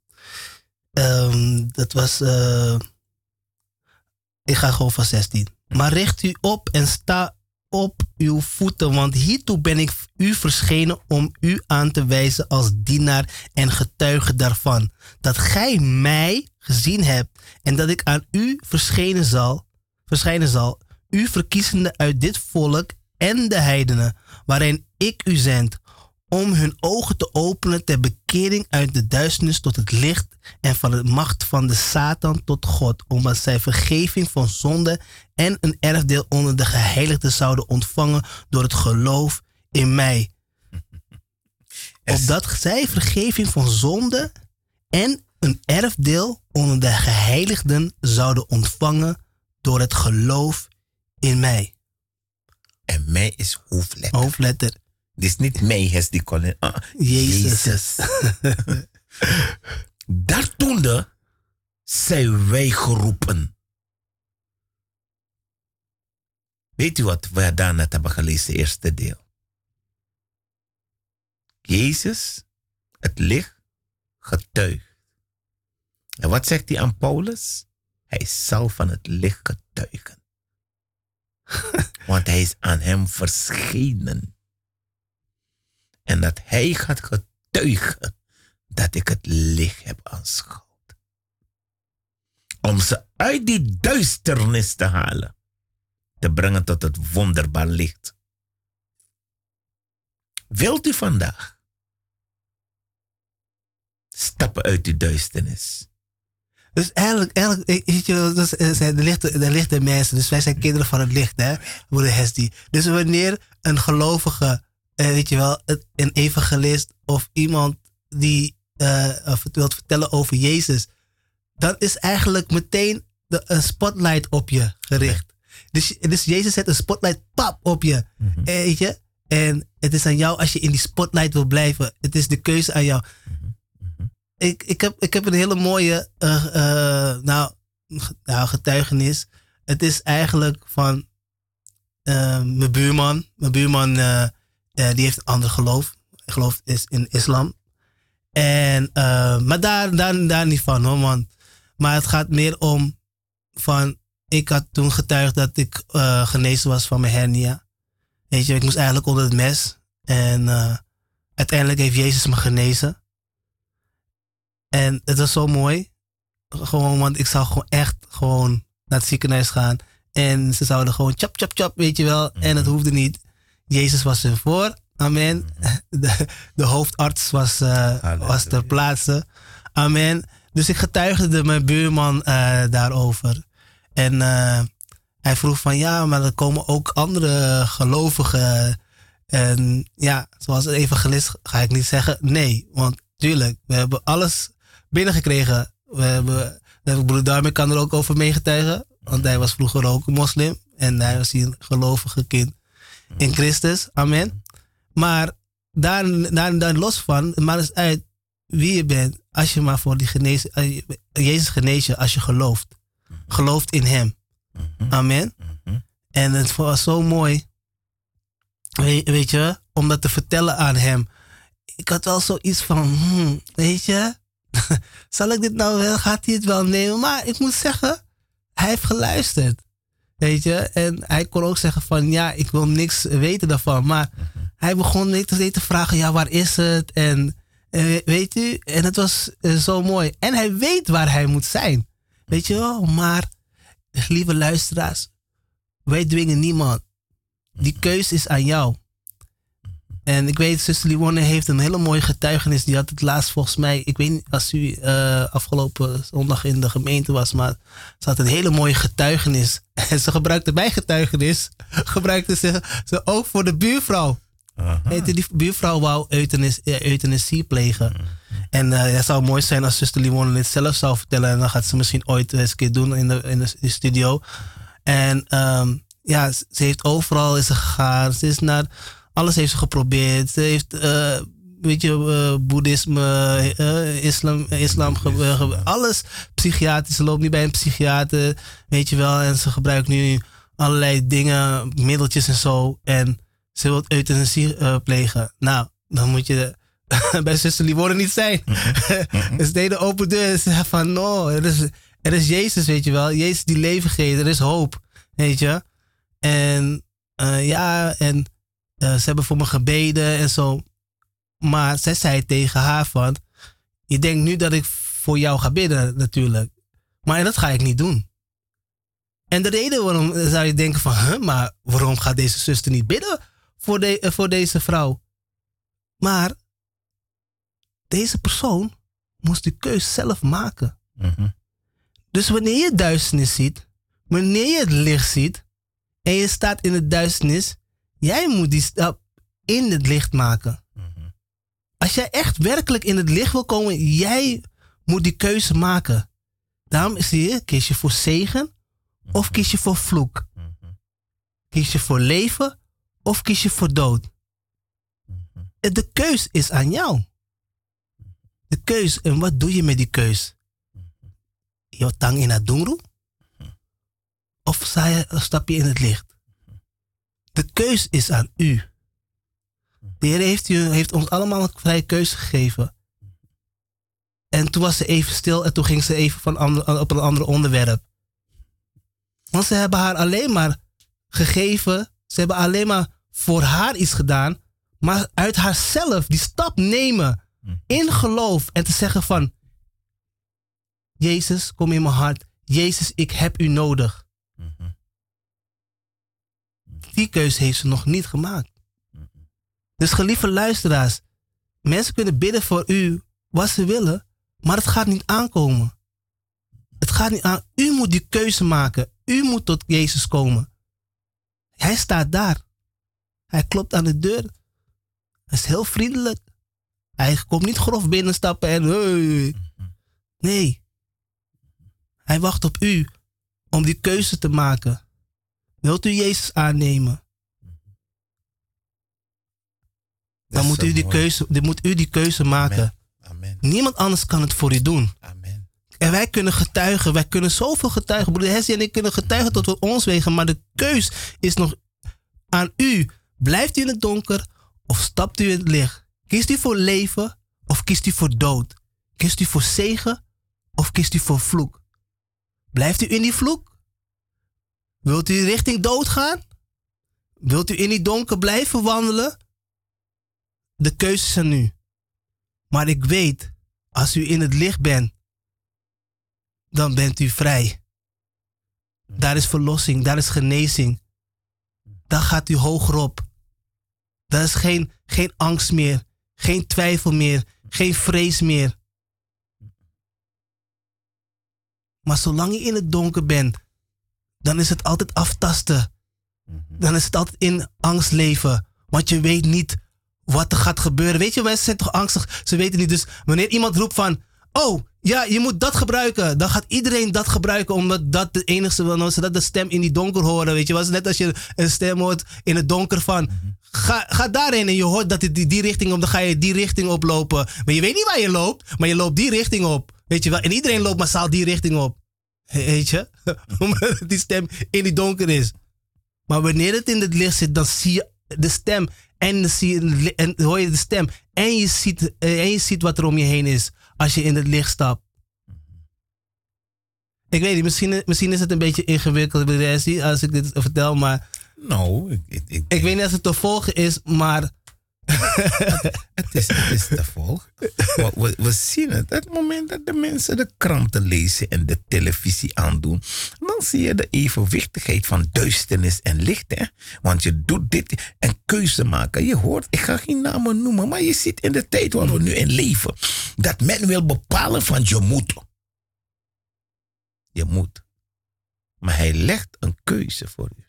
Um, dat was... Uh, ik ga gewoon van zestien. Maar richt u op en sta op uw voeten, want hiertoe ben ik u verschenen om u aan te wijzen als dienaar en getuige daarvan. Dat gij mij gezien hebt en dat ik aan u verschenen zal, verschijnen zal, u verkiezende uit dit volk en de heidenen, waarin ik u zend, om hun ogen te openen ter bekering uit de duisternis tot het licht en van de macht van de Satan tot God, omdat zij vergeving van zonde en een erfdeel onder de geheiligden zouden ontvangen door het geloof in mij. Opdat zij vergeving van zonde en een erfdeel onder de geheiligden zouden ontvangen door het geloof in mij. En mij is hoofdletter. Hoofdletter. Dit is niet mij, hes die Colin. Ah, Jezus. Jezus. Daartoende zijn wij geroepen. Weet u wat we daar net hebben gelezen, het eerste deel? Jezus, het licht, getuigt. En wat zegt hij aan Paulus? Hij zal van het licht getuigen. Want hij is aan hem verschenen. En dat hij gaat getuigen dat ik het licht heb aanschouwd. Om ze uit die duisternis te halen. Te brengen tot het wonderbaar licht. Wilt u vandaag stappen uit die duisternis? Dus eigenlijk, eigenlijk weet je, dat zijn de lichte, de lichte mensen. Dus wij zijn kinderen van het licht, hè, broeder Hesdy. Dus wanneer een gelovige, eh, weet je wel, een evangelist of iemand die uh, wilt vertellen over Jezus, dan is eigenlijk meteen de, een spotlight op je gericht. Dus, dus Jezus zet een spotlight pap op je, mm-hmm. eh, weet je. En het is aan jou als je in die spotlight wil blijven. Het is de keuze aan jou. Mm-hmm. Ik, ik, heb, ik heb een hele mooie uh, uh, nou, nou, getuigenis. Het is eigenlijk van uh, mijn buurman. Mijn buurman uh, uh, die heeft een ander geloof. Geloof is in islam. En, uh, maar daar, daar, daar niet van hoor man. Maar het gaat meer om van... Ik had toen getuigd dat ik uh, genezen was van mijn hernia. Weet je, ik moest eigenlijk onder het mes. En uh, uiteindelijk heeft Jezus me genezen. En het was zo mooi. Gewoon, want ik zou gewoon echt gewoon naar het ziekenhuis gaan. En ze zouden gewoon chap, chap, chap, weet je wel. En het hoefde niet. Jezus was ervoor. Amen. De, de hoofdarts was, uh, was ter plaatse. Amen. Dus ik getuigde mijn buurman uh, daarover. En uh, hij vroeg van ja, maar er komen ook andere gelovigen. En ja, zoals een evangelist ga ik niet zeggen nee. Want tuurlijk, we hebben alles binnengekregen. We hebben, broeder Darme kan er ook over meegetuigen. Want hij was vroeger ook een moslim. En hij was hier een gelovige kind in Christus. Amen. Maar daar, daar, daar los van, maar eens uit wie je bent. Als je maar voor die genees, Jezus geneest je als je gelooft. Gelooft in hem. Amen. En het was zo mooi. Weet, weet je, om dat te vertellen aan hem. Ik had wel zoiets van, hmm, weet je, zal ik dit nou wel, gaat hij het wel nemen? Maar ik moet zeggen, hij heeft geluisterd. Weet je, en hij kon ook zeggen van, ja, ik wil niks weten daarvan. Maar hij begon me te vragen, ja, waar is het? En weet u, en het was zo mooi. En hij weet waar hij moet zijn. Weet je wel, maar lieve luisteraars, wij dwingen niemand. Die keuze is aan jou. En ik weet, zuster Liwonne heeft een hele mooie getuigenis. Die had het laatst volgens mij, ik weet niet als u uh, afgelopen zondag in de gemeente was, maar ze had een hele mooie getuigenis. En ze gebruikte mijn getuigenis, gebruikte ze, ze ook voor de buurvrouw. Heette die buurvrouw wou euthanasie, euthanasie plegen. En uh, het zou mooi zijn als zuster Liwonne dit zelf zou vertellen. En dan gaat ze misschien ooit eens een keer doen in de, in de, in de studio. En um, ja, ze heeft overal is ze gegaan. Ze is naar, alles heeft ze geprobeerd. Ze heeft, uh, weet je, uh, boeddhisme, uh, islam, islam ge, ge, alles psychiatrisch. Ze loopt nu bij een psychiater, weet je wel. En ze gebruikt nu allerlei dingen, middeltjes en zo. En ze wil euthanasie uh, plegen. Nou, dan moet je bij zuster Liwonne niet zijn. Mm-hmm. Dus deed de open deur en zei van, no, er is, er is Jezus, weet je wel. Jezus die leven geeft, er is hoop, weet je. En uh, ja, en uh, ze hebben voor me gebeden en zo. Maar zij zei tegen haar van, je denkt nu dat ik voor jou ga bidden natuurlijk. Maar dat ga ik niet doen. En de reden waarom zou je denken van, huh, maar waarom gaat deze zuster niet bidden voor, de, uh, voor deze vrouw? Maar deze persoon moest die keus zelf maken. Mm-hmm. Dus wanneer je duisternis ziet, wanneer je het licht ziet en je staat in de duisternis, jij moet die stap in het licht maken. Mm-hmm. Als jij echt werkelijk in het licht wil komen, jij moet die keuze maken. Daarom zie je, kies je voor zegen mm-hmm. of kies je voor vloek. Mm-hmm. Kies je voor leven of kies je voor dood. Mm-hmm. De keus is aan jou. De keus, en wat doe je met die keus? jouw tang in het donker? Of sta je, of stap je in het licht? De keus is aan u. De Heer heeft, u, heeft ons allemaal een vrije keuze gegeven. En toen was ze even stil en toen ging ze even van ander, op een ander onderwerp. Want ze hebben haar alleen maar gegeven. Ze hebben alleen maar voor haar iets gedaan. Maar uit haarzelf die stap nemen. In geloof. En te zeggen van. Jezus, kom in mijn hart. Jezus, ik heb u nodig. Die keuze heeft ze nog niet gemaakt. Dus geliefde luisteraars. Mensen kunnen bidden voor u wat ze willen. Maar het gaat niet aankomen. Het gaat niet aan. U moet die keuze maken. U moet tot Jezus komen. Hij staat daar. Hij klopt aan de deur. Hij is heel vriendelijk. Hij komt niet grof binnenstappen en... Hey. Nee. Hij wacht op u om die keuze te maken. Wilt u Jezus aannemen? Dan moet u, die keuze, dan moet u die keuze maken. Amen. Amen. Niemand anders kan het voor u doen. Amen. En wij kunnen getuigen. Wij kunnen zoveel getuigen. Broeder Hessie en ik kunnen getuigen tot we ons wegen. Maar de keus is nog aan u. Blijft u in het donker of stapt u in het licht? Kiest u voor leven of kiest u voor dood? Kiest u voor zegen of kiest u voor vloek? Blijft u in die vloek? Wilt u richting dood gaan? Wilt u in die donker blijven wandelen? De keuze is aan u. Maar ik weet, als u in het licht bent, dan bent u vrij. Daar is verlossing, daar is genezing. Daar gaat u hoger op. Daar is geen, geen angst meer, geen twijfel meer, geen vrees meer. Maar zolang je in het donker bent, dan is het altijd aftasten. Dan is het altijd in angst leven. Want je weet niet wat er gaat gebeuren. Weet je, mensen zijn toch angstig? Ze weten niet. Dus wanneer iemand roept van... Oh, ja, je moet dat gebruiken. Dan gaat iedereen dat gebruiken. Omdat dat de enigste wil. Zodat de stem in die donker horen. Weet je, was net als je een stem hoort in het donker van... Ga, ga daarheen en je hoort dat het die, die richting op. Dan ga je die richting oplopen. Maar je weet niet waar je loopt. Maar je loopt die richting op. Weet je wel. En iedereen loopt massaal die richting op. Weet je? Omdat die stem in die donker is. Maar wanneer het in het licht zit, dan zie je de stem. En, dan zie je, en hoor je de stem. En je, ziet, en je ziet wat er om je heen is. Als je in het licht stapt. Ik weet niet, misschien, misschien is het een beetje ingewikkeld als ik dit vertel. Maar nou, ik, ik, ik, ik weet niet als het te volgen is, maar... het, is, het is te volgen. We, we, we zien het. Het moment dat de mensen de kranten lezen en de televisie aandoen, dan zie je de evenwichtigheid van duisternis en licht. Hè? Want je doet dit en keuze maken. Je hoort, ik ga geen namen noemen, maar je ziet in de tijd waar we nu in leven, dat men wil bepalen van je moet. Je moet. Maar hij legt een keuze voor u.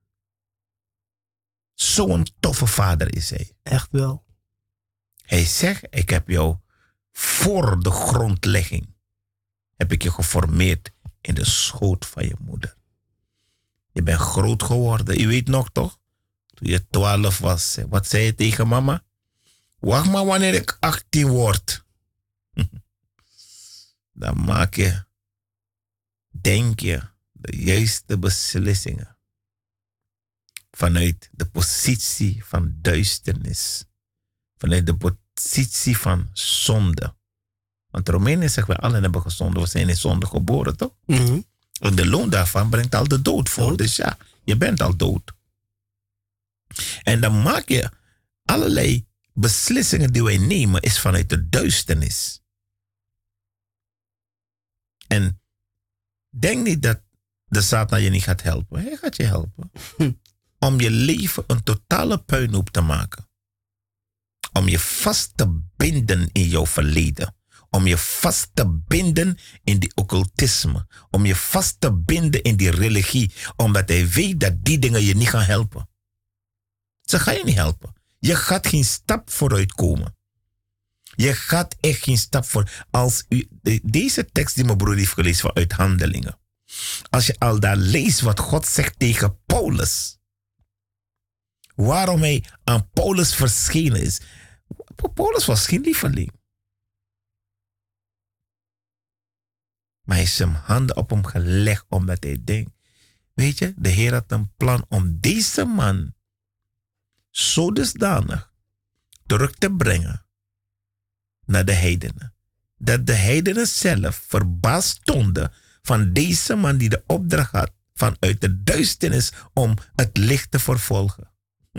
Zo'n toffe vader is hij. Echt wel. Hij zegt, ik heb jou voor de grondlegging, heb ik je geformeerd in de schoot van je moeder. Je bent groot geworden. Je weet nog toch? Toen je twaalf was. Wat zei je tegen mama? Wacht maar wanneer ik achttien word. Dan maak je, denk je, de juiste beslissingen. Vanuit de positie van duisternis. Vanuit de positie van zonde. Want Romeinen zegt, wij allen hebben gezonde. We zijn in zonde geboren, toch? Mm-hmm. En de loon daarvan brengt al de dood voor. Dood. Dus ja, je bent al dood. En dan maak je allerlei beslissingen die wij nemen, is vanuit de duisternis. En denk niet dat de Satan je niet gaat helpen. Hij gaat je helpen. Om je leven een totale puinhoop te maken. Om je vast te binden in jouw verleden. Om je vast te binden in die occultisme. Om je vast te binden in die religie. Omdat hij weet dat die dingen je niet gaan helpen. Ze gaan je niet helpen. Je gaat geen stap vooruit komen. Je gaat echt geen stap voor. Als u, deze tekst die mijn broer heeft gelezen vanuit Handelingen. Als je al daar leest wat God zegt tegen Paulus. Waarom hij aan Paulus verschenen is. Paulus was geen lieveling. Maar hij heeft zijn handen op hem gelegd omdat hij denkt, weet je, de Heer had een plan om deze man zo dusdanig terug te brengen naar de heidenen. Dat de heidenen zelf verbaasd stonden van deze man die de opdracht had vanuit de duisternis om het licht te vervolgen.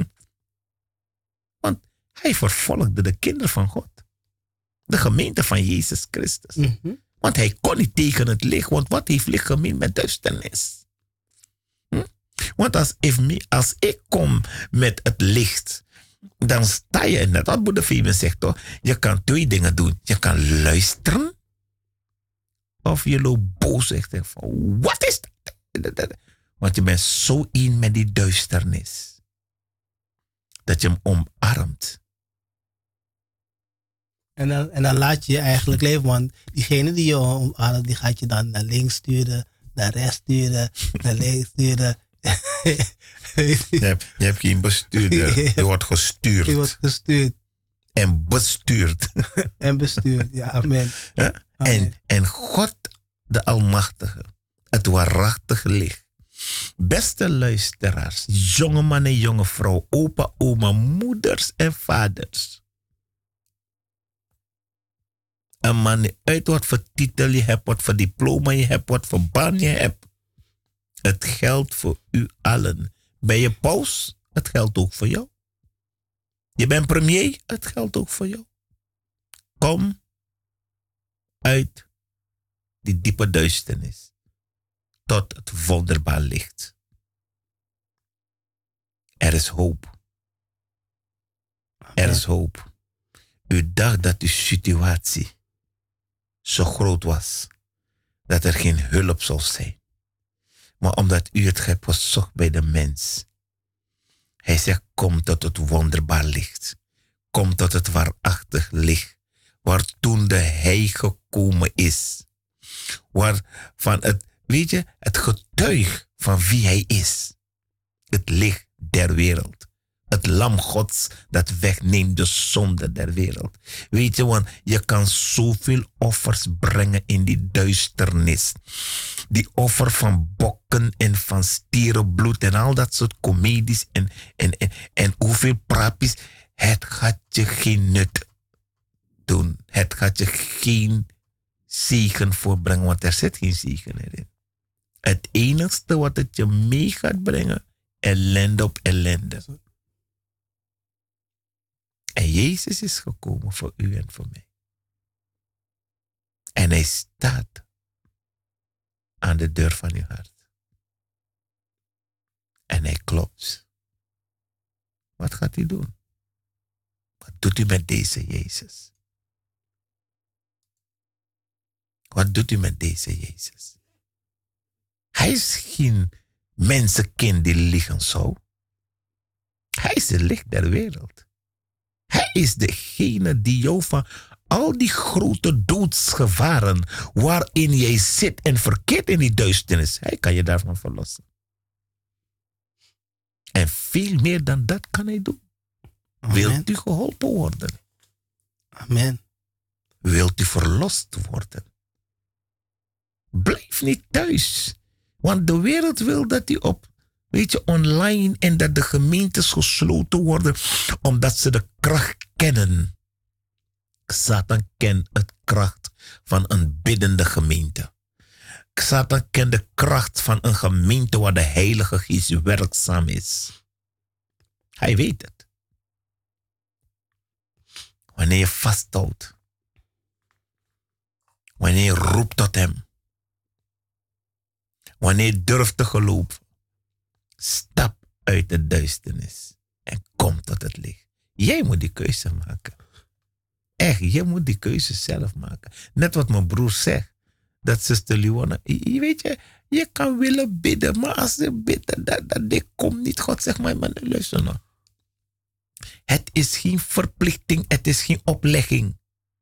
Want hij vervolgde de kinderen van God. De gemeente van Jezus Christus. Mhm. Want hij kon niet tegen het licht. Want wat heeft licht gemeen met duisternis? Hm? Want als, if me, als ik kom met het licht, dan sta je in dat. Wat Boeddha Fiemen zegt toch? Je kan twee dingen doen. Je kan luisteren. Of je loopt boos en zegt van, wat is dat? Want je bent zo in met die duisternis. Dat je hem omarmt. En dan, en dan laat je je eigenlijk leven. Want diegene die je omarmt, die gaat je dan naar links sturen, naar rechts sturen, naar links sturen. Je hebt, je hebt geen bestuurder. Je wordt gestuurd. Je wordt gestuurd En bestuurd. en bestuurd. Ja, amen. Ja? Amen. En, en God, de Almachtige, het waarachtige licht. Beste luisteraars, jonge man en jonge vrouw, opa, oma, moeders en vaders. Een man niet uit wat voor titel je hebt, wat voor diploma je hebt, wat voor baan je hebt. Het geldt voor u allen. Ben je paus? Het geldt ook voor jou. Je bent premier? Het geldt ook voor jou. Kom uit die diepe duisternis tot het wonderbaar licht. Er is hoop. Er is hoop. U dacht dat uw situatie zo groot was dat er geen hulp zou zijn. Maar omdat u het hebt gezocht bij de mens. Hij zegt, kom tot het wonderbaar licht. Kom tot het waarachtig licht. Waar toen de hij gekomen is. Waar van het, weet je, het getuig van wie hij is. Het licht der wereld. Het lam Gods dat wegneemt de zonde der wereld. Weet je, want je kan zoveel offers brengen in die duisternis. Die offer van bokken en van stierenbloed en al dat soort comedies en, en, en, en hoeveel prapies. Het gaat je geen nut doen. Het gaat je geen zegen voorbrengen, want er zit geen zegen erin. Het enigste wat het je mee gaat brengen, ellende op ellende. En Jezus is gekomen voor u en voor mij. En hij staat aan de deur van uw hart. En hij klopt. Wat gaat hij doen? Wat doet u met deze Jezus? Wat doet u met deze Jezus? Hij is geen mensenkind die liggen zo. Hij is het licht der wereld. Hij is degene die jou van al die grote doodsgevaren waarin jij zit en verkeert in die duisternis, hij kan je daarvan verlossen. En veel meer dan dat kan hij doen. Amen. Wilt u geholpen worden? Amen. Wilt u verlost worden? Blijf niet thuis. Want de wereld wil dat u op, weet je, online en dat de gemeentes gesloten worden omdat ze de kracht kennen. Satan kent het kracht van een biddende gemeente. Satan kent de kracht van een gemeente waar de Heilige Geest werkzaam is. Hij weet het. Wanneer je vasthoudt. Wanneer je roept tot hem. Wanneer je durft te geloven. Stap uit de duisternis en kom tot het licht. Jij moet die keuze maken. Echt, jij moet die keuze zelf maken. Net wat mijn broer zegt. Dat zuster Liwana. Je weet je, je kan willen bidden, maar als je bidt, dat, dat dit komt niet. God zegt maar, man, luister nou. Het is geen verplichting, het is geen oplegging.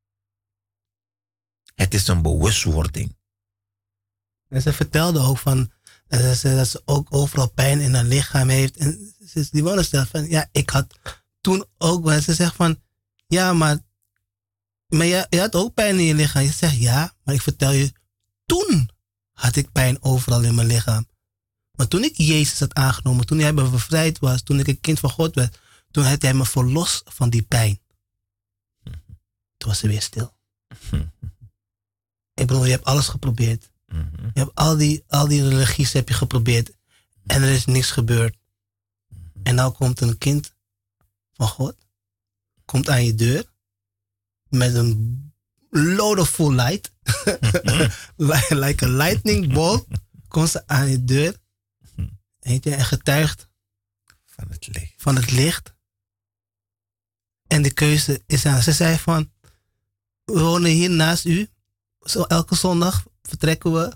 Het is een bewustwording. En ze vertelde ook van, dat ze, dat ze ook overal pijn in haar lichaam heeft. En ze, die wonen stelt van, ja, ik had toen ook, en ze zegt van, ja, maar, maar je, je had ook pijn in je lichaam. Je zegt, ja, maar ik vertel je, toen had ik pijn overal in mijn lichaam. Maar toen ik Jezus had aangenomen, toen hij me bevrijd was, toen ik een kind van God werd, toen had hij me verlost van die pijn. Toen was ze weer stil. Ik bedoel, je hebt alles geprobeerd. Je hebt al die, al die religies heb je geprobeerd. En er is niks gebeurd. En nou komt een kind van God. Komt aan je deur. Met een load of full light. like, like a lightning bolt. Komt ze aan je deur. Weet je, en getuigt. Van het licht. Van het licht. En de keuze is aan. Ze zei van. We wonen hier naast u. Zo elke zondag vertrekken we.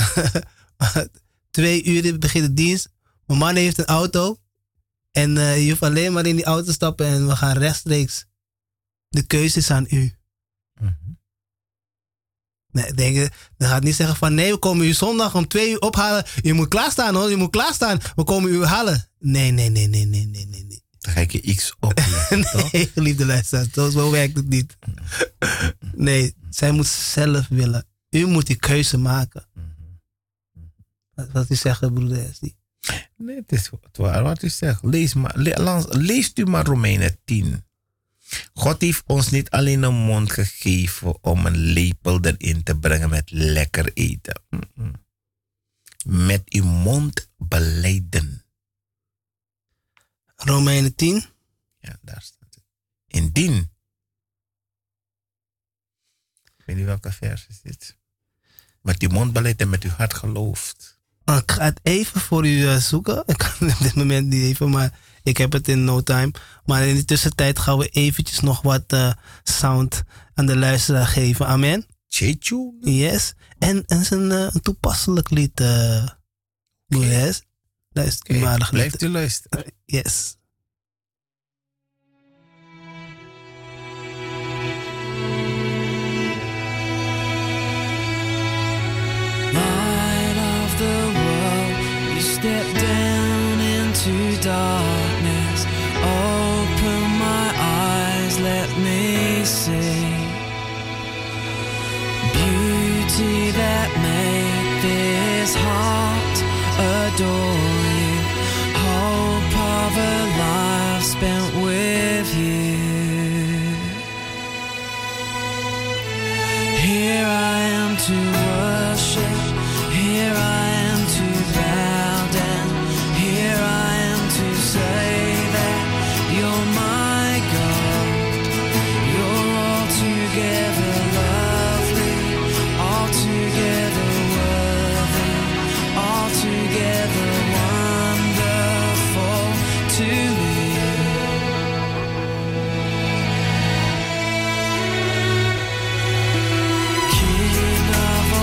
Twee uur begint de dienst. Mijn man heeft een auto. En uh, je hoeft alleen maar in die auto te stappen en we gaan rechtstreeks. De keuze is aan u. Mm-hmm. Nee, denk je, dan gaat niet zeggen van nee, we komen u zondag om twee uur ophalen. Je moet klaarstaan hoor, je moet klaarstaan. We komen u halen. Nee, nee, nee, nee, nee, nee, nee. nee. Dan ga ik je iets opleggen, toch? Nee, geliefde luisteraars, zo, zo werkt het niet. Nee, zij moet zelf willen. U moet die keuze maken. Wat, wat u zegt, broeder Estie. Nee, het is waar wat u zegt. Lees, maar, le, leest u maar Romeinen tien. God heeft ons niet alleen een mond gegeven om een lepel erin te brengen met lekker eten. Mm-mm. Met uw mond belijden. Romeinen tien. Ja, daar staat het. Indien. Ik weet niet welke vers is dit. Met uw mond beleidt en met uw hart gelooft. Ik ga het even voor u uh, zoeken. Ik kan het op dit moment niet even, maar ik heb het in no time. Maar in de tussentijd gaan we eventjes nog wat uh, sound aan de luisteraar geven. Amen. Chechu? Yes. En het is een, uh, een toepasselijk lied. Uh, okay. Yes. Luister okay. maar. Blijft u luisteren. Uh, yes. Step down into darkness, open my eyes, let me see beauty that made this heart adore you, hope of a life spent with you. Here I am to worship, here I am to bow. King of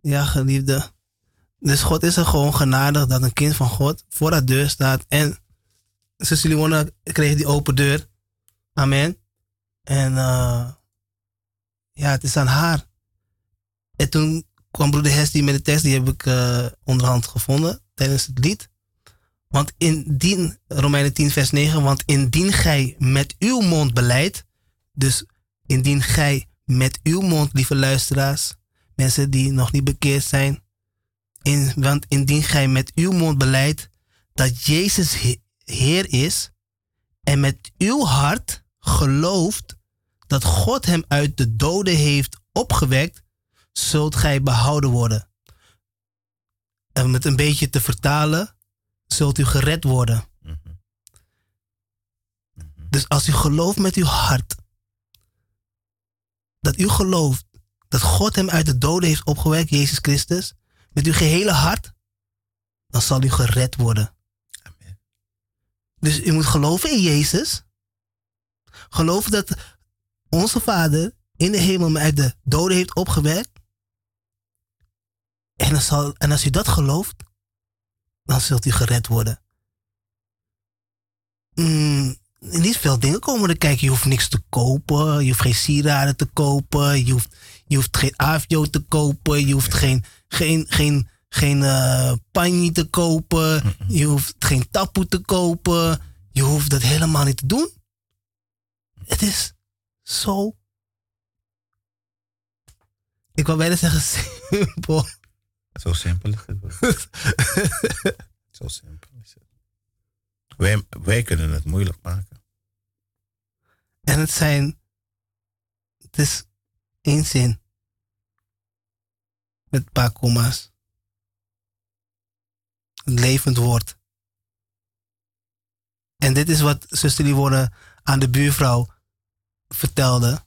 Ja, geliefde. Dus God is er gewoon genadig dat een kind van God voor haar deur staat. En zus Liwona kreeg die open deur. Amen. En uh, ja, het is aan haar. En toen kwam broeder Hesdy met de tekst, die heb ik uh, onderhand gevonden tijdens het lied. Want indien, Romeinen tien vers negen, want indien gij met uw mond belijdt, dus indien gij met uw mond, lieve luisteraars, mensen die nog niet bekeerd zijn, in, want indien gij met uw mond belijdt dat Jezus he- Heer is en met uw hart gelooft dat God hem uit de doden heeft opgewekt, zult gij behouden worden. En om het een beetje te vertalen, zult u gered worden. Mhm. Mhm. Dus als u gelooft met uw hart, dat u gelooft dat God hem uit de doden heeft opgewekt, Jezus Christus, met uw gehele hart, dan zal u gered worden. Amen. Dus u moet geloven in Jezus. Geloven dat onze Vader in de hemel hem uit de doden heeft opgewekt. En, dan zal, en als u dat gelooft, dan zult u gered worden. Mm, niet veel dingen komen er kijken. Je hoeft niks te kopen. Je hoeft geen sieraden te kopen. Je hoeft, je hoeft geen avio te kopen. Je hoeft geen, geen, geen, geen uh, panji te kopen. Je hoeft geen tapoe te kopen. Je hoeft dat helemaal niet te doen. Het is zo... Ik wou bijna zeggen simpel. Zo simpel is het. Zo simpel is het. Wij, wij kunnen het moeilijk maken. En het zijn... Het is één zin. Met een paar komma's. Een levend woord. En dit is wat zuster Liwona aan de buurvrouw vertelde.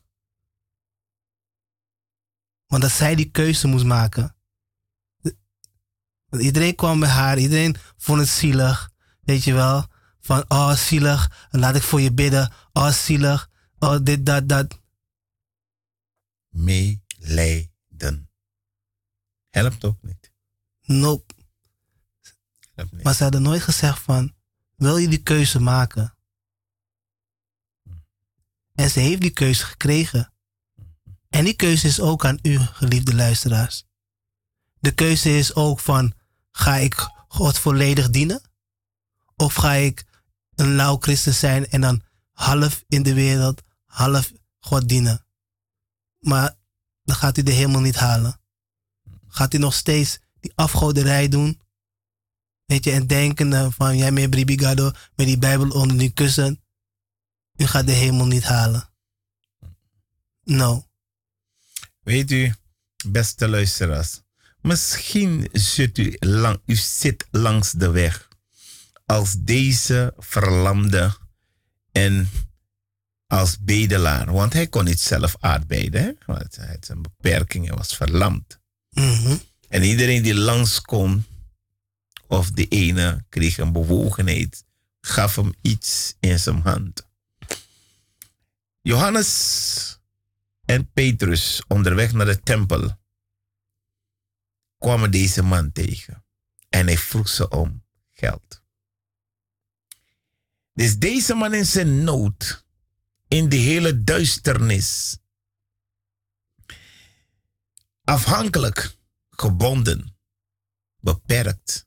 Want dat zij die keuze moest maken. Want iedereen kwam bij haar. Iedereen vond het zielig. Weet je wel. Van, oh zielig. Laat ik voor je bidden. Oh zielig. Oh dit, dat, dat. Meelijden. Helpt ook niet. Nope. Helpt niet. Maar ze hadden nooit gezegd van, wil je die keuze maken? En ze heeft die keuze gekregen. En die keuze is ook aan u, geliefde luisteraars. De keuze is ook van, ga ik God volledig dienen? Of ga ik een lauw christen zijn en dan half in de wereld, half God dienen? Maar dan gaat u de hemel niet halen. Gaat u nog steeds die afgoderij doen? Weet je, en denken van, jij met Bribigado, met die Bijbel onder die kussen. U gaat de hemel niet halen. No. Weet u, beste luisteraars, misschien zit u, lang, u zit langs de weg als deze verlamde en als bedelaar. Want hij kon niet zelf arbeiden. Hè? Want hij had een beperking, hij was verlamd. Mm-hmm. En iedereen die langskomt, of de ene kreeg een bewogenheid, gaf hem iets in zijn hand. Johannes en Petrus onderweg naar de tempel kwamen deze man tegen en hij vroeg ze om geld. Dus deze man in zijn nood, in de hele duisternis, afhankelijk, gebonden, beperkt,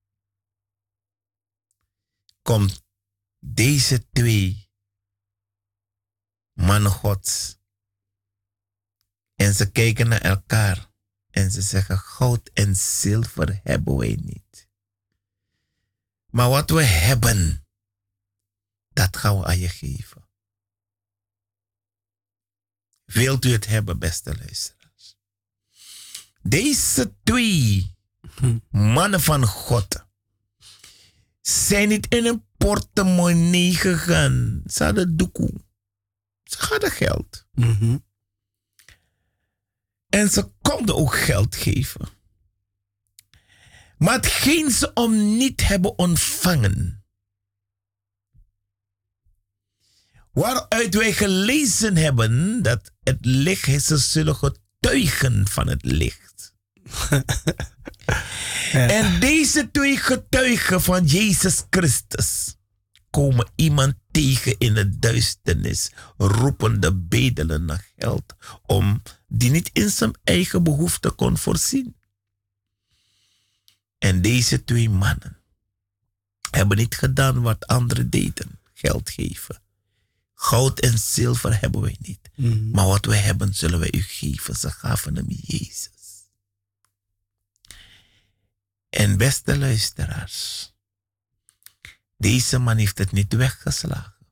komt deze twee mannen Gods en ze kijken naar elkaar en ze zeggen, goud en zilver hebben wij niet. Maar wat we hebben, dat gaan we aan je geven. Wilt u het hebben, beste luisteraars? Deze twee mannen van God zijn niet in een portemonnee gegaan. Ze hadden doekoe. Ze hadden geld. Mm-hmm. En ze konden ook geld geven. Maar hetgeen ze om niet hebben ontvangen, waaruit wij gelezen hebben dat het licht, ze zullen getuigen van het licht. Ja. En deze twee getuigen van Jezus Christus komen iemand tegen in de duisternis, roepende bedelen naar geld, om die niet in zijn eigen behoefte kon voorzien. En deze twee mannen hebben niet gedaan wat anderen deden, geld geven. Goud en zilver hebben wij niet. Mm. Maar wat wij hebben, zullen wij u geven. Ze gaven hem Jezus. En beste luisteraars, deze man heeft het niet weggeslagen.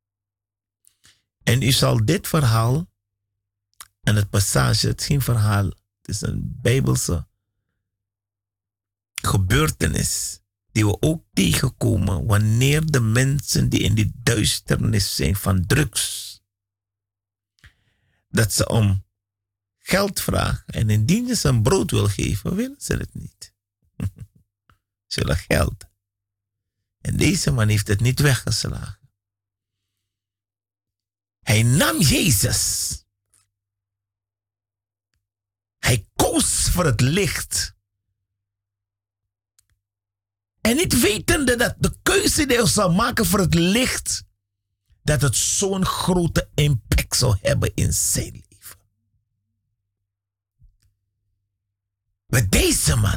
En u zal dit verhaal, en het passage, het is geen verhaal, het is een Bijbelse gebeurtenis die we ook tegenkomen wanneer de mensen die in die duisternis zijn van drugs, dat ze om geld vragen en indien je ze een brood wil geven, willen ze het niet. Ze willen geld. En deze man heeft het niet weggeslagen. Hij nam Jezus. Hij koos voor het licht. En niet wetende dat de keuze die hij zou maken voor het licht, dat het zo'n grote impact zou hebben in zijn leven. Met deze man,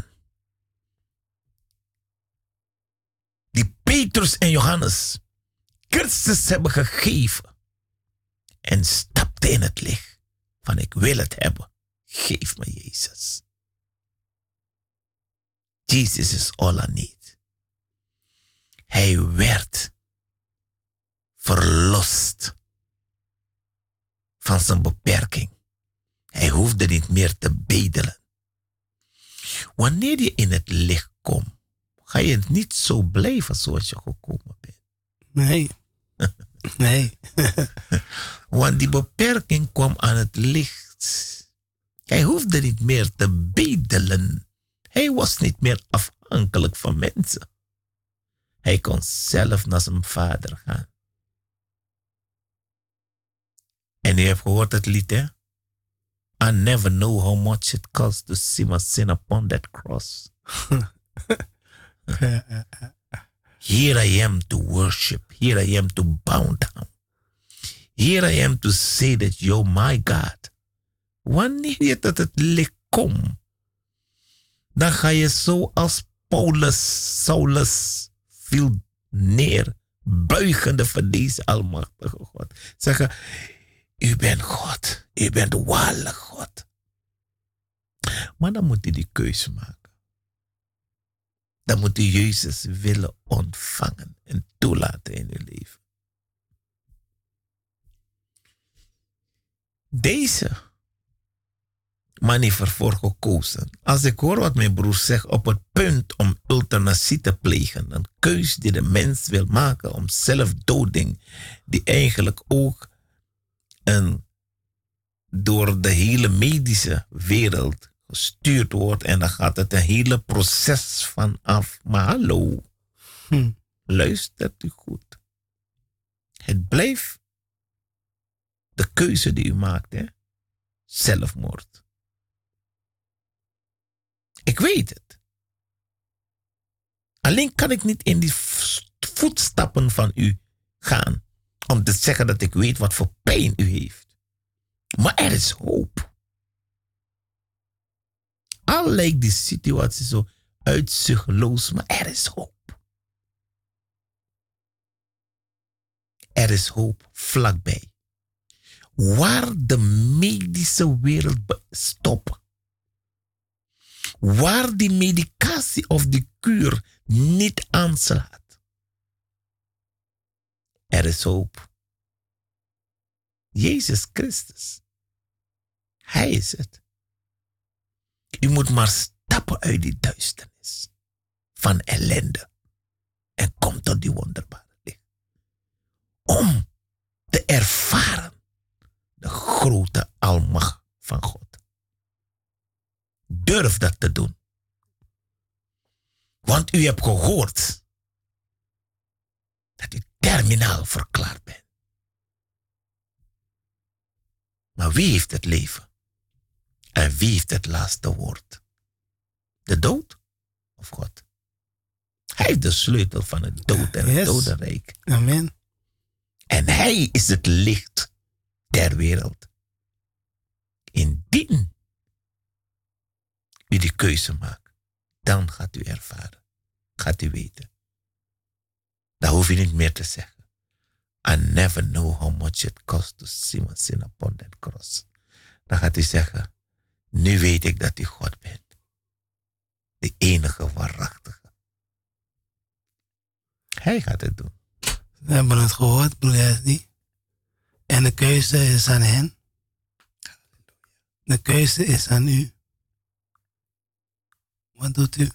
die Petrus en Johannes Christus hebben gegeven en stapte in het licht van ik wil het hebben, geef me Jezus. Jesus is all I need. Hij werd verlost van zijn beperking. Hij hoefde niet meer te bedelen. Wanneer je in het licht komt, ga je niet zo blijven zoals je gekomen bent. Nee. Nee. Want die beperking kwam aan het licht. Hij hoefde niet meer te bedelen. Hij was niet meer afhankelijk van mensen. Hij kon zelf naar zijn vader gaan. En u hebt gehoord het lied, hè? I never know how much it costs to see my sin upon that cross. Here I am to worship. Here I am to bow down. Here I am to say that you're my God. Wanneer je tot het licht komt, dan ga je zo als Paulus, Saulus, viel neer, buigende voor deze almachtige God. Zeggen, u bent God, u bent de ware God. Maar dan moet u die keuze maken. Dan moet u Jezus willen ontvangen en toelaten in uw leven. Deze man heeft ervoor gekozen. Als ik hoor wat mijn broer zegt op het punt om euthanasie te plegen, een keus die de mens wil maken om zelfdoding, die eigenlijk ook een, door de hele medische wereld gestuurd wordt en dan gaat het een hele proces van af. Maar hallo, Hm. luistert u goed. Het blijft de keuze die u maakt, hè? Zelfmoord. Ik weet het. Alleen kan ik niet in die voetstappen van u gaan om te zeggen dat ik weet wat voor pijn u heeft. Maar er is hoop. Al lijkt die situatie zo uitzichtloos, maar er is hoop. Er is hoop vlakbij. Waar de medische wereld stopt. Waar die medicatie of die kuur niet aanslaat. Er is hoop. Jezus Christus. Hij is het. U moet maar stappen uit die duisternis van ellende en kom tot die wonderbare licht. Om te ervaren de grote almacht van God. Durf dat te doen. Want u hebt gehoord dat u terminaal verklaard bent. Maar wie heeft het leven? En wie heeft het laatste woord? De dood of God? Hij heeft de sleutel van het dood en het Yes. dodenrijk. Amen. En hij is het licht der wereld. Indien u die keuze maakt, dan gaat u ervaren. Gaat u weten. Dan hoef je niet meer te zeggen. I never know how much it costs to see my sin upon that cross. Dan gaat u zeggen, nu weet ik dat u God bent. De enige waarachtige. Hij gaat het doen. We hebben het gehoord, broeder Hesdy. En de keuze is aan hen. De keuze is aan u. Wat doet u?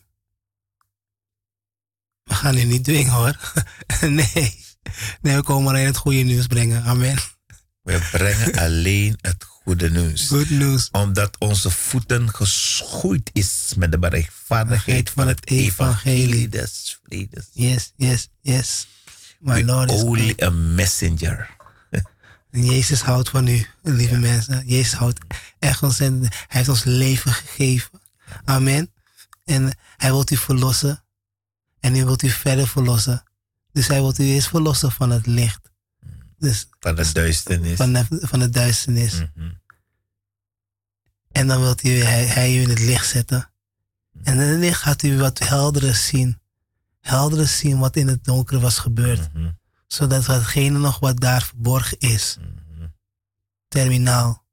We gaan u niet dwingen hoor. nee. Nee, we komen alleen het goede nieuws brengen. Amen. We brengen alleen het goede nieuws. Good news. Omdat onze voeten geschoeid is met de berechtvaardigheid van het evangelie des vredes. Yes, yes, yes. My We Lord is only good. a messenger. En Jezus houdt van u, lieve mensen. Jezus houdt echt ontzettend. Hij heeft ons leven gegeven. Amen. En hij wil u verlossen. En hij wil u verder verlossen. Dus hij wil u eerst verlossen van het licht. Dus Van de duisternis. van de, van de duisternis. Mhm. En dan wil hij, hij, hij u in het licht zetten. En in het licht gaat u wat helderder zien. Helderder zien wat in het donker was gebeurd. Mhm. Zodat watgene nog wat daar verborgen is, Mhm. terminaal,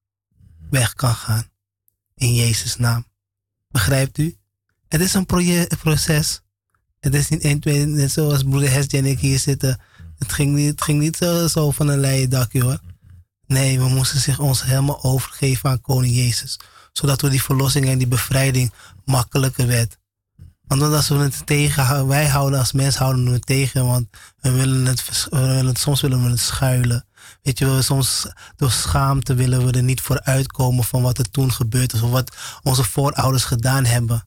weg kan gaan. In Jezus' naam. Begrijpt u? Het is een proje- proces. Het is niet één, twee, net zoals broeder Hesdy en ik hier zitten. Het ging niet, het ging niet zo, zo van een leien dakje hoor. Nee, we moesten zich ons helemaal overgeven aan koning Jezus. Zodat we die verlossing en die bevrijding makkelijker werd. Want als we het tegen, wij houden als mens houden we het tegen, want we willen het, vers- we willen het, soms willen we het schuilen. Weet je, we soms door schaamte willen we er niet voor uitkomen van wat er toen gebeurd is of wat onze voorouders gedaan hebben.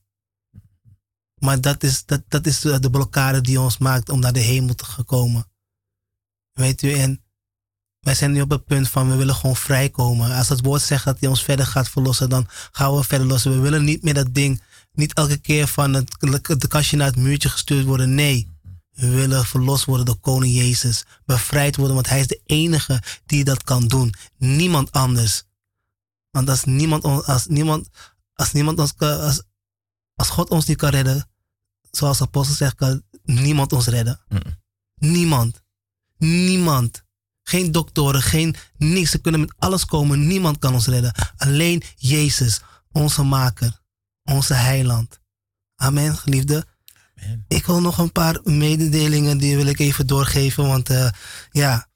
Maar dat is, dat, dat is de de blokkade die ons maakt om naar de hemel te komen. Weet u, en wij zijn nu op het punt van we willen gewoon vrijkomen. Als het woord zegt dat hij ons verder gaat verlossen, dan gaan we verder lossen. We willen niet meer dat ding, niet elke keer van het de kastje naar het muurtje gestuurd worden. Nee, we willen verlost worden door koning Jezus. Bevrijd worden, want hij is de enige die dat kan doen. Niemand anders. Want als niemand, on- als niemand, als niemand ons kan, als, als God ons niet kan redden, zoals de apostel zegt, kan niemand ons redden. Mm. Niemand. Niemand. Geen doktoren, geen niks. Ze kunnen met alles komen. Niemand kan ons redden. Alleen Jezus, onze maker, onze heiland. Amen, geliefde. Amen. Ik wil nog een paar mededelingen, die wil ik even doorgeven. Want uh, ja,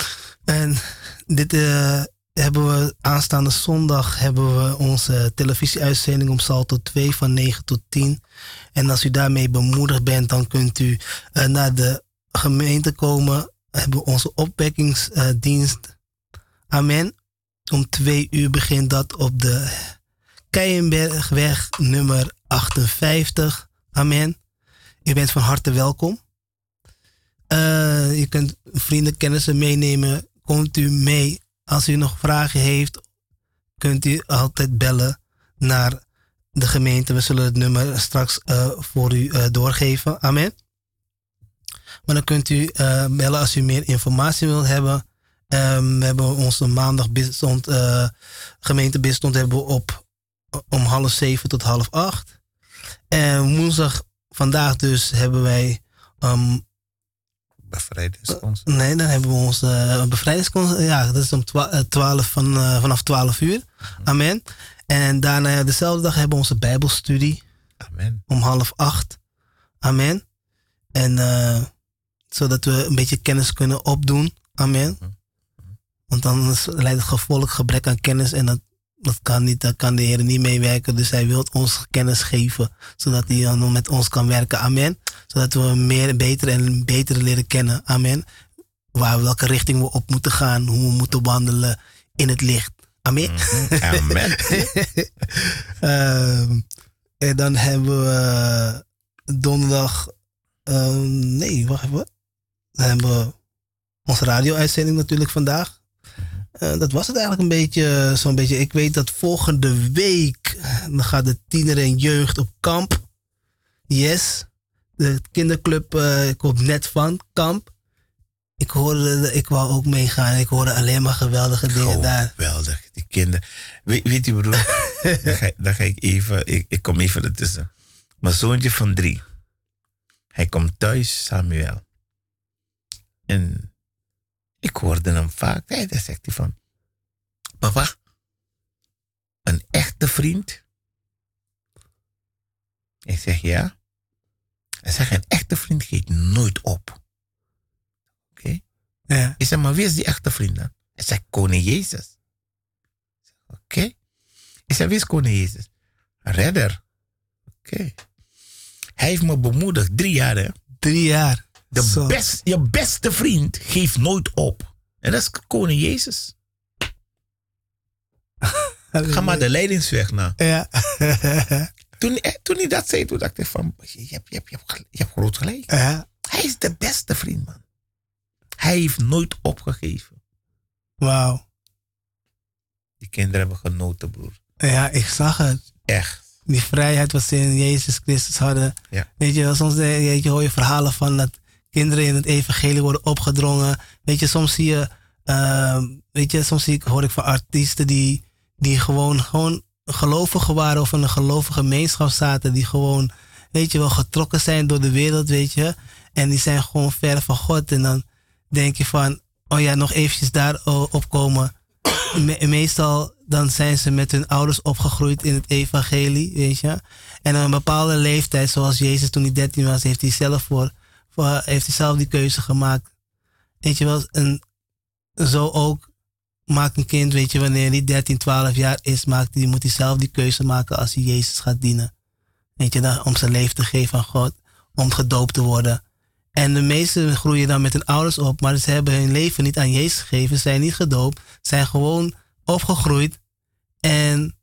en dit uh, hebben we aanstaande zondag hebben we onze televisieuitzending om Salto twee van negen tot tien. En als u daarmee bemoedigd bent, dan kunt u uh, naar de gemeente komen. We hebben onze opwekkingsdienst. Amen. Om twee uur begint dat op de Keienbergweg nummer achtenvijftig. Amen. U bent van harte welkom. Uh, je kunt vrienden, kennissen meenemen. Komt u mee. Als u nog vragen heeft, kunt u altijd bellen naar de gemeente. We zullen het nummer straks uh, voor u uh, doorgeven. Amen. Maar dan kunt u uh, bellen als u meer informatie wilt hebben. Um, we hebben onze maandag bidstond, uh, gemeente bidstond hebben we op om half zeven tot half acht. En woensdag, vandaag dus, hebben wij um, Bevrijdingsconferentie. nee, dan hebben we onze uh, bevrijdingsconferentie. Ja, dat is om twaalf van, uh, vanaf twaalf uur. Amen. En daarna dezelfde dag hebben we onze Bijbelstudie Amen. om half acht. Amen. En uh, zodat we een beetje kennis kunnen opdoen. Amen. Want anders leidt het gevolg gebrek aan kennis en dat, dat kan niet, daar kan de Heer niet meewerken. Dus hij wil ons kennis geven, zodat hij dan met ons kan werken. Amen. Zodat we meer, beter en beter leren kennen. Amen. Waar, welke richting we op moeten gaan, hoe we moeten wandelen in het licht. Amen. Mm-hmm. Amen. uh, en dan hebben we donderdag, uh, nee, wacht even. Dan hebben we onze radio-uitzending natuurlijk vandaag. Uh, dat was het eigenlijk een beetje, zo'n beetje. Ik weet dat volgende week dan gaat de tiener en jeugd op kamp. Yes. De kinderclub, uh, ik kom net van kamp. Ik hoorde, ik wou ook meegaan. Ik hoorde alleen maar geweldige dingen oh, daar. Geweldig, die kinderen. We, weet je broer, dan, ga, dan ga ik even, ik, ik kom even ertussen. Mijn zoontje van drie. Hij komt thuis, Samuel. En ik hoorde hem vaak. Hij dan zegt hij van, papa, een echte vriend? Ik zeg ja. Hij zegt, een echte vriend geeft nooit op. Oké. Okay. Ja. Ik zeg, maar wie is die echte vriend dan? Hij zegt, koning Jezus. Oké. Okay. Ik zeg, wie is koning Jezus? Redder. Oké. Okay. Hij heeft me bemoedigd, drie jaar hè. Drie jaar. De best, je beste vriend geeft nooit op. En dat is koning Jezus. Ga maar de leidingsweg na. Ja. toen, toen hij dat zei, toen dacht ik van, je hebt, je hebt, je hebt, je hebt groot gelijk. Ja. Hij is de beste vriend, man. Hij heeft nooit opgegeven. Wauw. Die kinderen hebben genoten, broer. Ja, ik zag het. Echt. Die vrijheid wat ze in Jezus Christus hadden. Ja. Weet je, soms weet je, hoor je verhalen van dat kinderen in het evangelie worden opgedrongen. Weet je, soms zie je, uh, weet je, soms zie ik, hoor ik van artiesten die, die gewoon, gewoon gelovigen waren of in een gelovige gemeenschap zaten. Die gewoon, weet je wel, getrokken zijn door de wereld, weet je. En die zijn gewoon ver van God. En dan denk je van, oh ja, nog eventjes daarop komen. Me- meestal dan zijn ze met hun ouders opgegroeid in het evangelie, weet je. En aan een bepaalde leeftijd, zoals Jezus toen hij dertien was, heeft hij zelf, voor, voor, heeft hij zelf die keuze gemaakt. Weet je wel, en zo ook maakt een kind, weet je, wanneer hij dertien, twaalf jaar is, maakt hij, moet hij zelf die keuze maken als hij Jezus gaat dienen. Weet je, dan, om zijn leven te geven aan God, om gedoopt te worden. En de meesten groeien dan met hun ouders op, maar ze hebben hun leven niet aan Jezus gegeven, zijn niet gedoopt, zijn gewoon opgegroeid en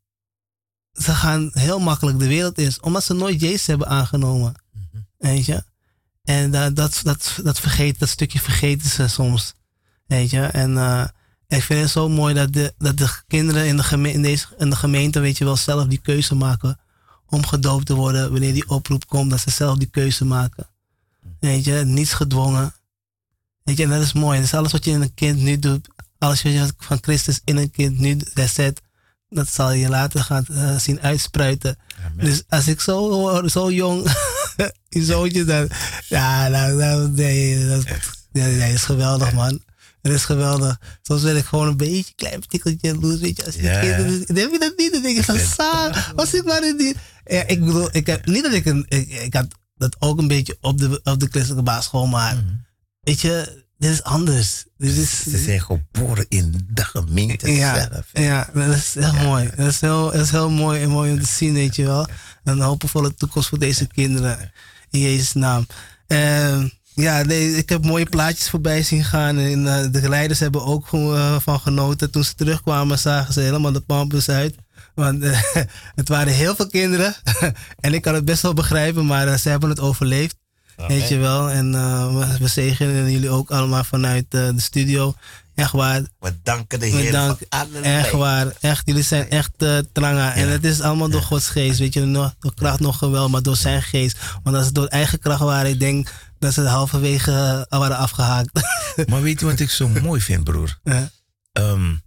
ze gaan heel makkelijk de wereld in, omdat ze nooit Jezus hebben aangenomen. Mm-hmm. Weet je? En dat, dat, dat, dat, vergeet, dat stukje vergeten ze soms. Weet je? En uh, ik vind het zo mooi dat de, dat de kinderen in de, geme- in, deze, in de gemeente, weet je wel, zelf die keuze maken om gedoopt te worden. Wanneer die oproep komt, dat ze zelf die keuze maken. Weet je, niets gedwongen. Weet je, en dat is mooi. Dus alles wat je in een kind nu doet, alles wat je van Christus in een kind nu zet, dat zal je later gaan uh, zien uitspruiten. Amen. Dus als ik zo, zo jong, je zoontje, dan, ja, nou, nou, nee, dat, nee, nee, is geweldig, man. Dat is geweldig. Soms ben ik gewoon een beetje, klein tikkeltje jaloers, weet je. Als je ja. kind, dan heb je dat niet, dan denk je van, sa, was ik maar in die... Ja, ik bedoel, ik heb, niet dat ik een, ik, ik had dat ook een beetje op de, op de christelijke basisschool, maar mm-hmm. weet je, dit is anders. Dit is, Ze zijn geboren in de gemeente ja, zelf. Ja, dat is heel ja, mooi. Dat is heel, dat is heel mooi en mooi om te zien, weet je wel. Een hoopvolle toekomst voor deze kinderen. In Jezus' naam. Uh, ja, nee, ik heb mooie plaatjes voorbij zien gaan. En uh, de geleiders hebben ook uh, van genoten. Toen ze terugkwamen, zagen ze helemaal de pampers uit. Want uh, het waren heel veel kinderen. En ik kan het best wel begrijpen, maar uh, ze hebben het overleefd. Okay. Weet je wel. En uh, we zegenen jullie ook allemaal vanuit uh, de studio. Echt waar. We danken de Heer dank, voor allerlei. Echt waar. Echt, jullie zijn echt uh, tranga. Ja. En het is allemaal door Gods geest. Weet je, nog, door kracht nog geweld, maar door zijn geest. Want als het door eigen kracht waren, ik denk dat ze halverwege uh, waren afgehaakt. Maar weet je wat ik zo mooi vind, broer? Ja. Um,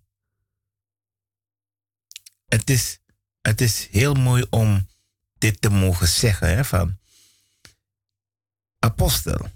het, is, het is heel mooi om dit te mogen zeggen, hè, van apostel.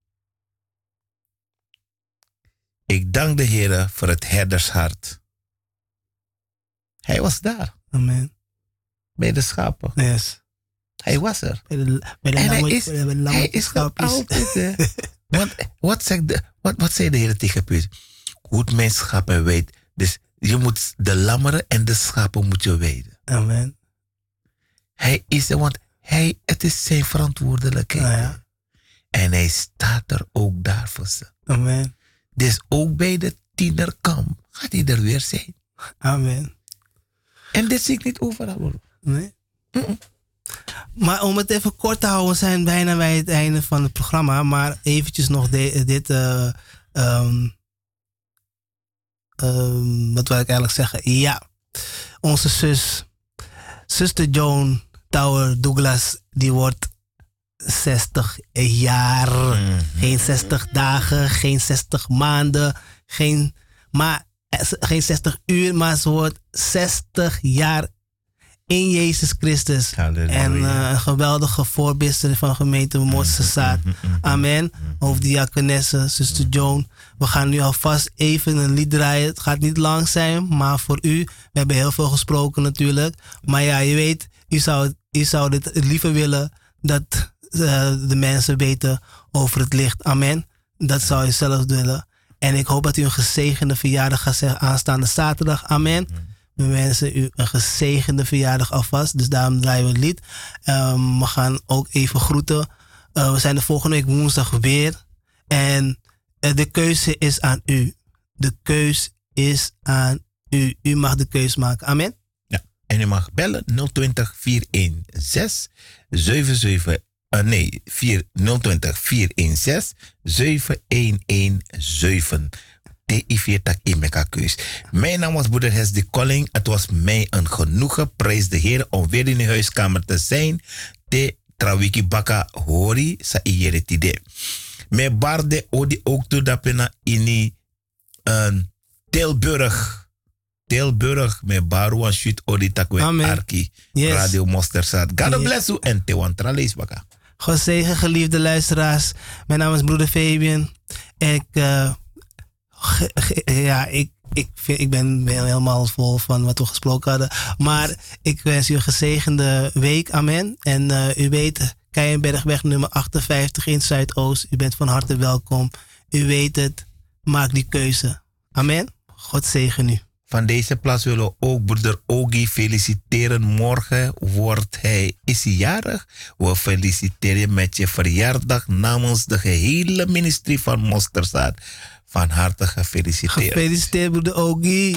Ik dank de Heer voor het herdershart. Hij was daar. Amen. Bij de schapen. Yes. Hij was er. Bij de, bij de en lange, hij is, bij de hij is altijd. Uh, want wat, zegt de, wat, wat zei de Heer tegen Petrus? Goed mijn schapen weet. Dus je moet de lammeren en de schapen moet je weten. Amen. Hij is er, want hij, het is zijn verantwoordelijkheid. Ah, ja. En hij staat er ook daar voor ze. Amen. Dus ook bij de tienerkamp gaat hij er weer zijn. Amen. En dit zie ik niet overal, hoor. Nee. Mm-mm. Maar om het even kort te houden, zijn bijna bij het einde van het programma. Maar eventjes nog de, dit. Uh, um, um, wat wil ik eigenlijk zeggen? Ja, onze zus, zuster Joan Tower Douglas, die wordt zestig jaar. Mm-hmm. Geen zestig dagen, geen zestig maanden, geen, maar, geen zestig uur, maar ze wordt zestig jaar in Jezus Christus. Halleluja. En uh, een geweldige voorbidster van de gemeente Mosterdzaad. Amen. Hoofddiakonesse, zuster Joan. We gaan nu alvast even een lied draaien. Het gaat niet lang zijn, maar voor u. We hebben heel veel gesproken natuurlijk. Maar ja, je weet, u zou, u zou dit liever willen dat uh, de mensen weten over het licht. Amen. Dat zou je zelf willen. En ik hoop dat u een gezegende verjaardag gaat zeggen aanstaande zaterdag. Amen. We wensen u een gezegende verjaardag alvast. Dus daarom draaien we het lied. Um, we gaan ook even groeten. Uh, we zijn de volgende week woensdag weer. En uh, de keuze is aan u. De keus is aan u. U mag de keus maken. Amen. Ja. En u mag bellen nul twintig, vier een zes, zeven zeven. Uh, nee, nul twintig, vier een zes, zeven een een zeven. De I V tak in meka keus. Mijn naam was broeder Hesdy Colling. Het was mij een genoegen, prijs de Heer, om weer in de huiskamer te zijn. Te trawiki baka hori sa iyere tide. Me barde odi ook toe dapena in uh, Tilburg. Tilburg, me baru an shoot odi takwe arki. Yes. Radio Mosterdzaad. God yes. bless you en te wantra lees baka. God zegen, geliefde luisteraars. Mijn naam is broeder Fabian. Ik... Uh, Ja, ik, ik, vind, ik ben helemaal vol van wat we gesproken hadden. Maar ik wens u een gezegende week. Amen. En uh, u weet, Keienbergweg nummer achtenvijftig in Zuidoost. U bent van harte welkom. U weet het. Maak die keuze. Amen. God zegen u. Van deze plaats willen we ook broeder Ogi feliciteren. Morgen wordt hij, is hij jarig. We feliciteren je met je verjaardag namens de gehele ministerie van Mosterdzaad. Van harte gefeliciteerd. Gefeliciteerd, broeder Ogi.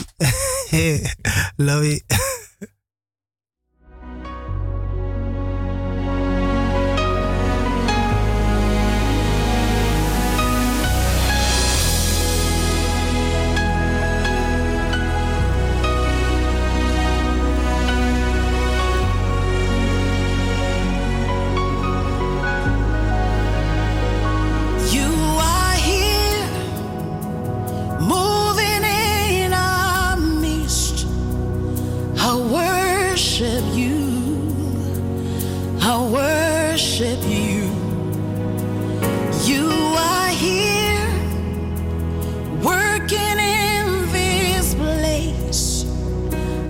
Love you. You